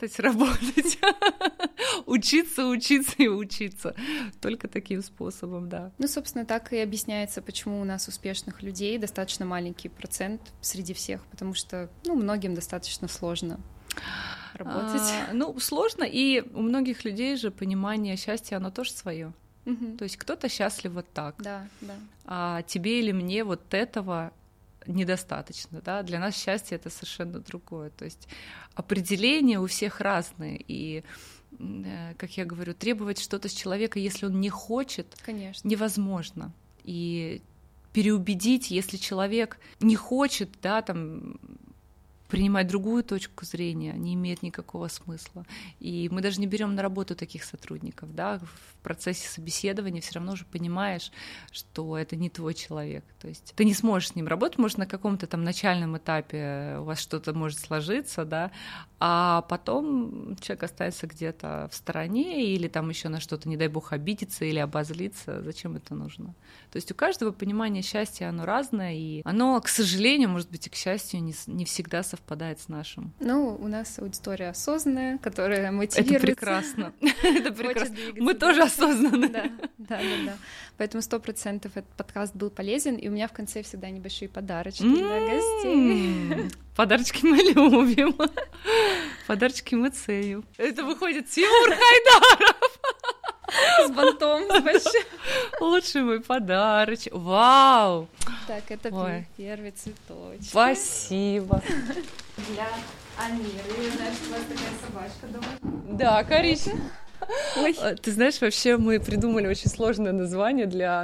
Учиться и учиться. Только таким способом, да. Собственно, так и объясняется, почему у нас успешных людей достаточно маленький процент среди всех, потому что, многим достаточно сложно работать. Сложно, и у многих людей же понимание счастья, оно тоже свое. То есть кто-то счастлив вот так, да. А тебе или мне вот этого недостаточно, да? Для нас счастье — это совершенно другое. То есть определения у всех разные, и, как я говорю, требовать что-то с человека, если он не хочет, конечно, невозможно. И переубедить, если человек не хочет, да, принимать другую точку зрения не имеет никакого смысла. И мы даже не берем на работу таких сотрудников, да, в процессе собеседования все равно уже понимаешь, что это не твой человек. То есть ты не сможешь с ним работать, может, на каком-то там начальном этапе у вас что-то может сложиться, да, а потом человек останется где-то в стороне или там еще на что-то, не дай бог, обидеться или обозлиться. Зачем это нужно? То есть у каждого понимание счастья, оно разное, и оно, к сожалению, может быть, и к счастью, не всегда совпадает с нашим. Ну, у нас аудитория осознанная, которая мотивируется. Это прекрасно. Это прекрасно. Мы тоже осознанны. Да. Поэтому 100% этот подкаст был полезен, и у меня в конце всегда небольшие подарочки для гостей. Подарочки мы любим. Подарочки мы ценим. Это выходит Тимур Хайдаров. С бантом, с большим. Лучший мой подарочек. Вау! Так, это первый цветочек. Спасибо. Для Амиры. Я знаю, что у вас такая собачка дома. Да, коричневая. Ты знаешь, вообще мы придумали очень сложное название для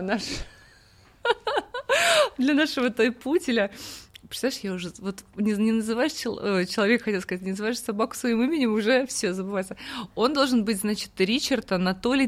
нашего тойпутеля. Представляешь, я уже вот не называешь человека, хотел сказать, не называешь собаку своим именем, уже все забывается. Он должен быть, значит, Ричард Анатолий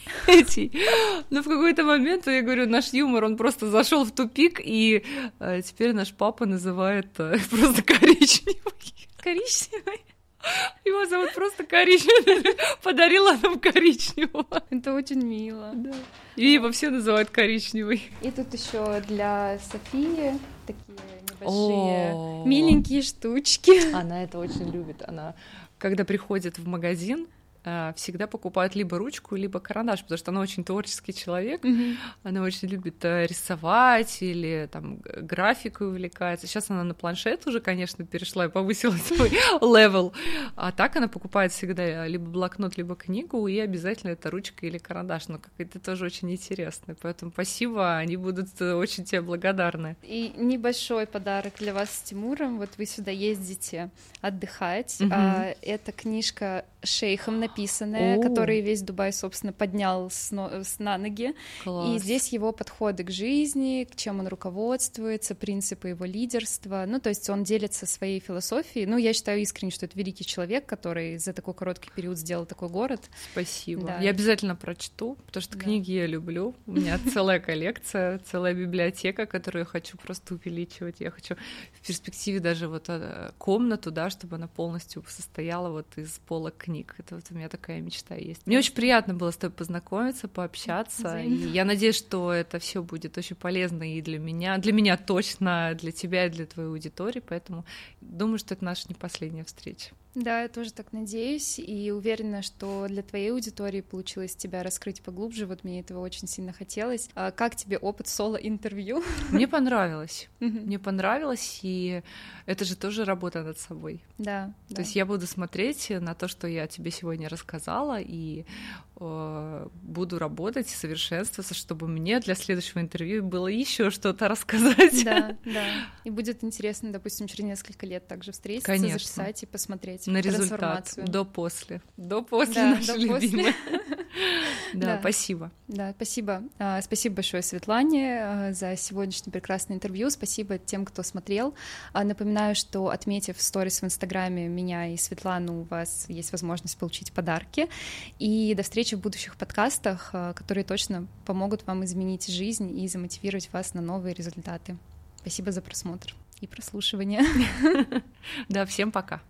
III. Но в какой-то момент, я говорю, наш юмор, он просто зашел в тупик, и теперь наш папа называет просто коричневый. Коричневый? Его зовут просто Коричневый. Подарила нам коричневого. Это очень мило. Да. И его все называют Коричневый. И тут еще для Софии такие небольшие миленькие штучки. Она это очень любит. Она, когда приходит в магазин, всегда покупает либо ручку, либо карандаш, потому что она очень творческий человек, она очень любит рисовать или там графикой увлекается. Сейчас она на планшет уже, конечно, перешла и повысила свой левел, а так она покупает всегда либо блокнот, либо книгу, и обязательно это ручка или карандаш, но это тоже очень интересно, поэтому спасибо, они будут очень тебе благодарны. И небольшой подарок для вас с Тимуром, вот вы сюда ездите отдыхать, это книжка шейхом написанная, который весь Дубай, собственно, поднял на ноги. Класс. И здесь его подходы к жизни, к чем он руководствуется, принципы его лидерства. Ну, то есть он делится своей философией. Ну, я считаю искренне, что это великий человек, который за такой короткий период сделал такой город. Спасибо. Да. Я обязательно прочту, потому что книги я люблю. У меня целая коллекция, целая библиотека, которую я хочу просто увеличивать. Я хочу в перспективе даже вот комнату, да, чтобы она полностью состояла вот из полок книг. Это вот у меня такая мечта есть. Мне очень приятно было с тобой познакомиться, пообщаться. И я надеюсь, что это все будет очень полезно и для меня точно, для тебя и для твоей аудитории. Поэтому думаю, что это наша не последняя встреча. Да, я тоже так надеюсь и уверена, что для твоей аудитории получилось тебя раскрыть поглубже, вот мне этого очень сильно хотелось. А как тебе опыт соло-интервью? Мне понравилось. Мне понравилось, и это же тоже работа над собой. Да. То есть я буду смотреть на то, что я тебе сегодня рассказала, и буду работать и совершенствоваться, чтобы мне для следующего интервью было еще что-то рассказать. Да. И будет интересно, допустим, через несколько лет также встретиться, конечно, записать и посмотреть на результат до-после. До-после наши любимые. Да, спасибо. Да, спасибо. Спасибо большое Светлане за сегодняшнее прекрасное интервью. Спасибо тем, кто смотрел. Напоминаю, что, отметив сторис в Инстаграме меня и Светлану, у вас есть возможность получить подарки. И до встречи в будущих подкастах, которые точно помогут вам изменить жизнь и замотивировать вас на новые результаты. Спасибо за просмотр и прослушивание. Да, всем пока.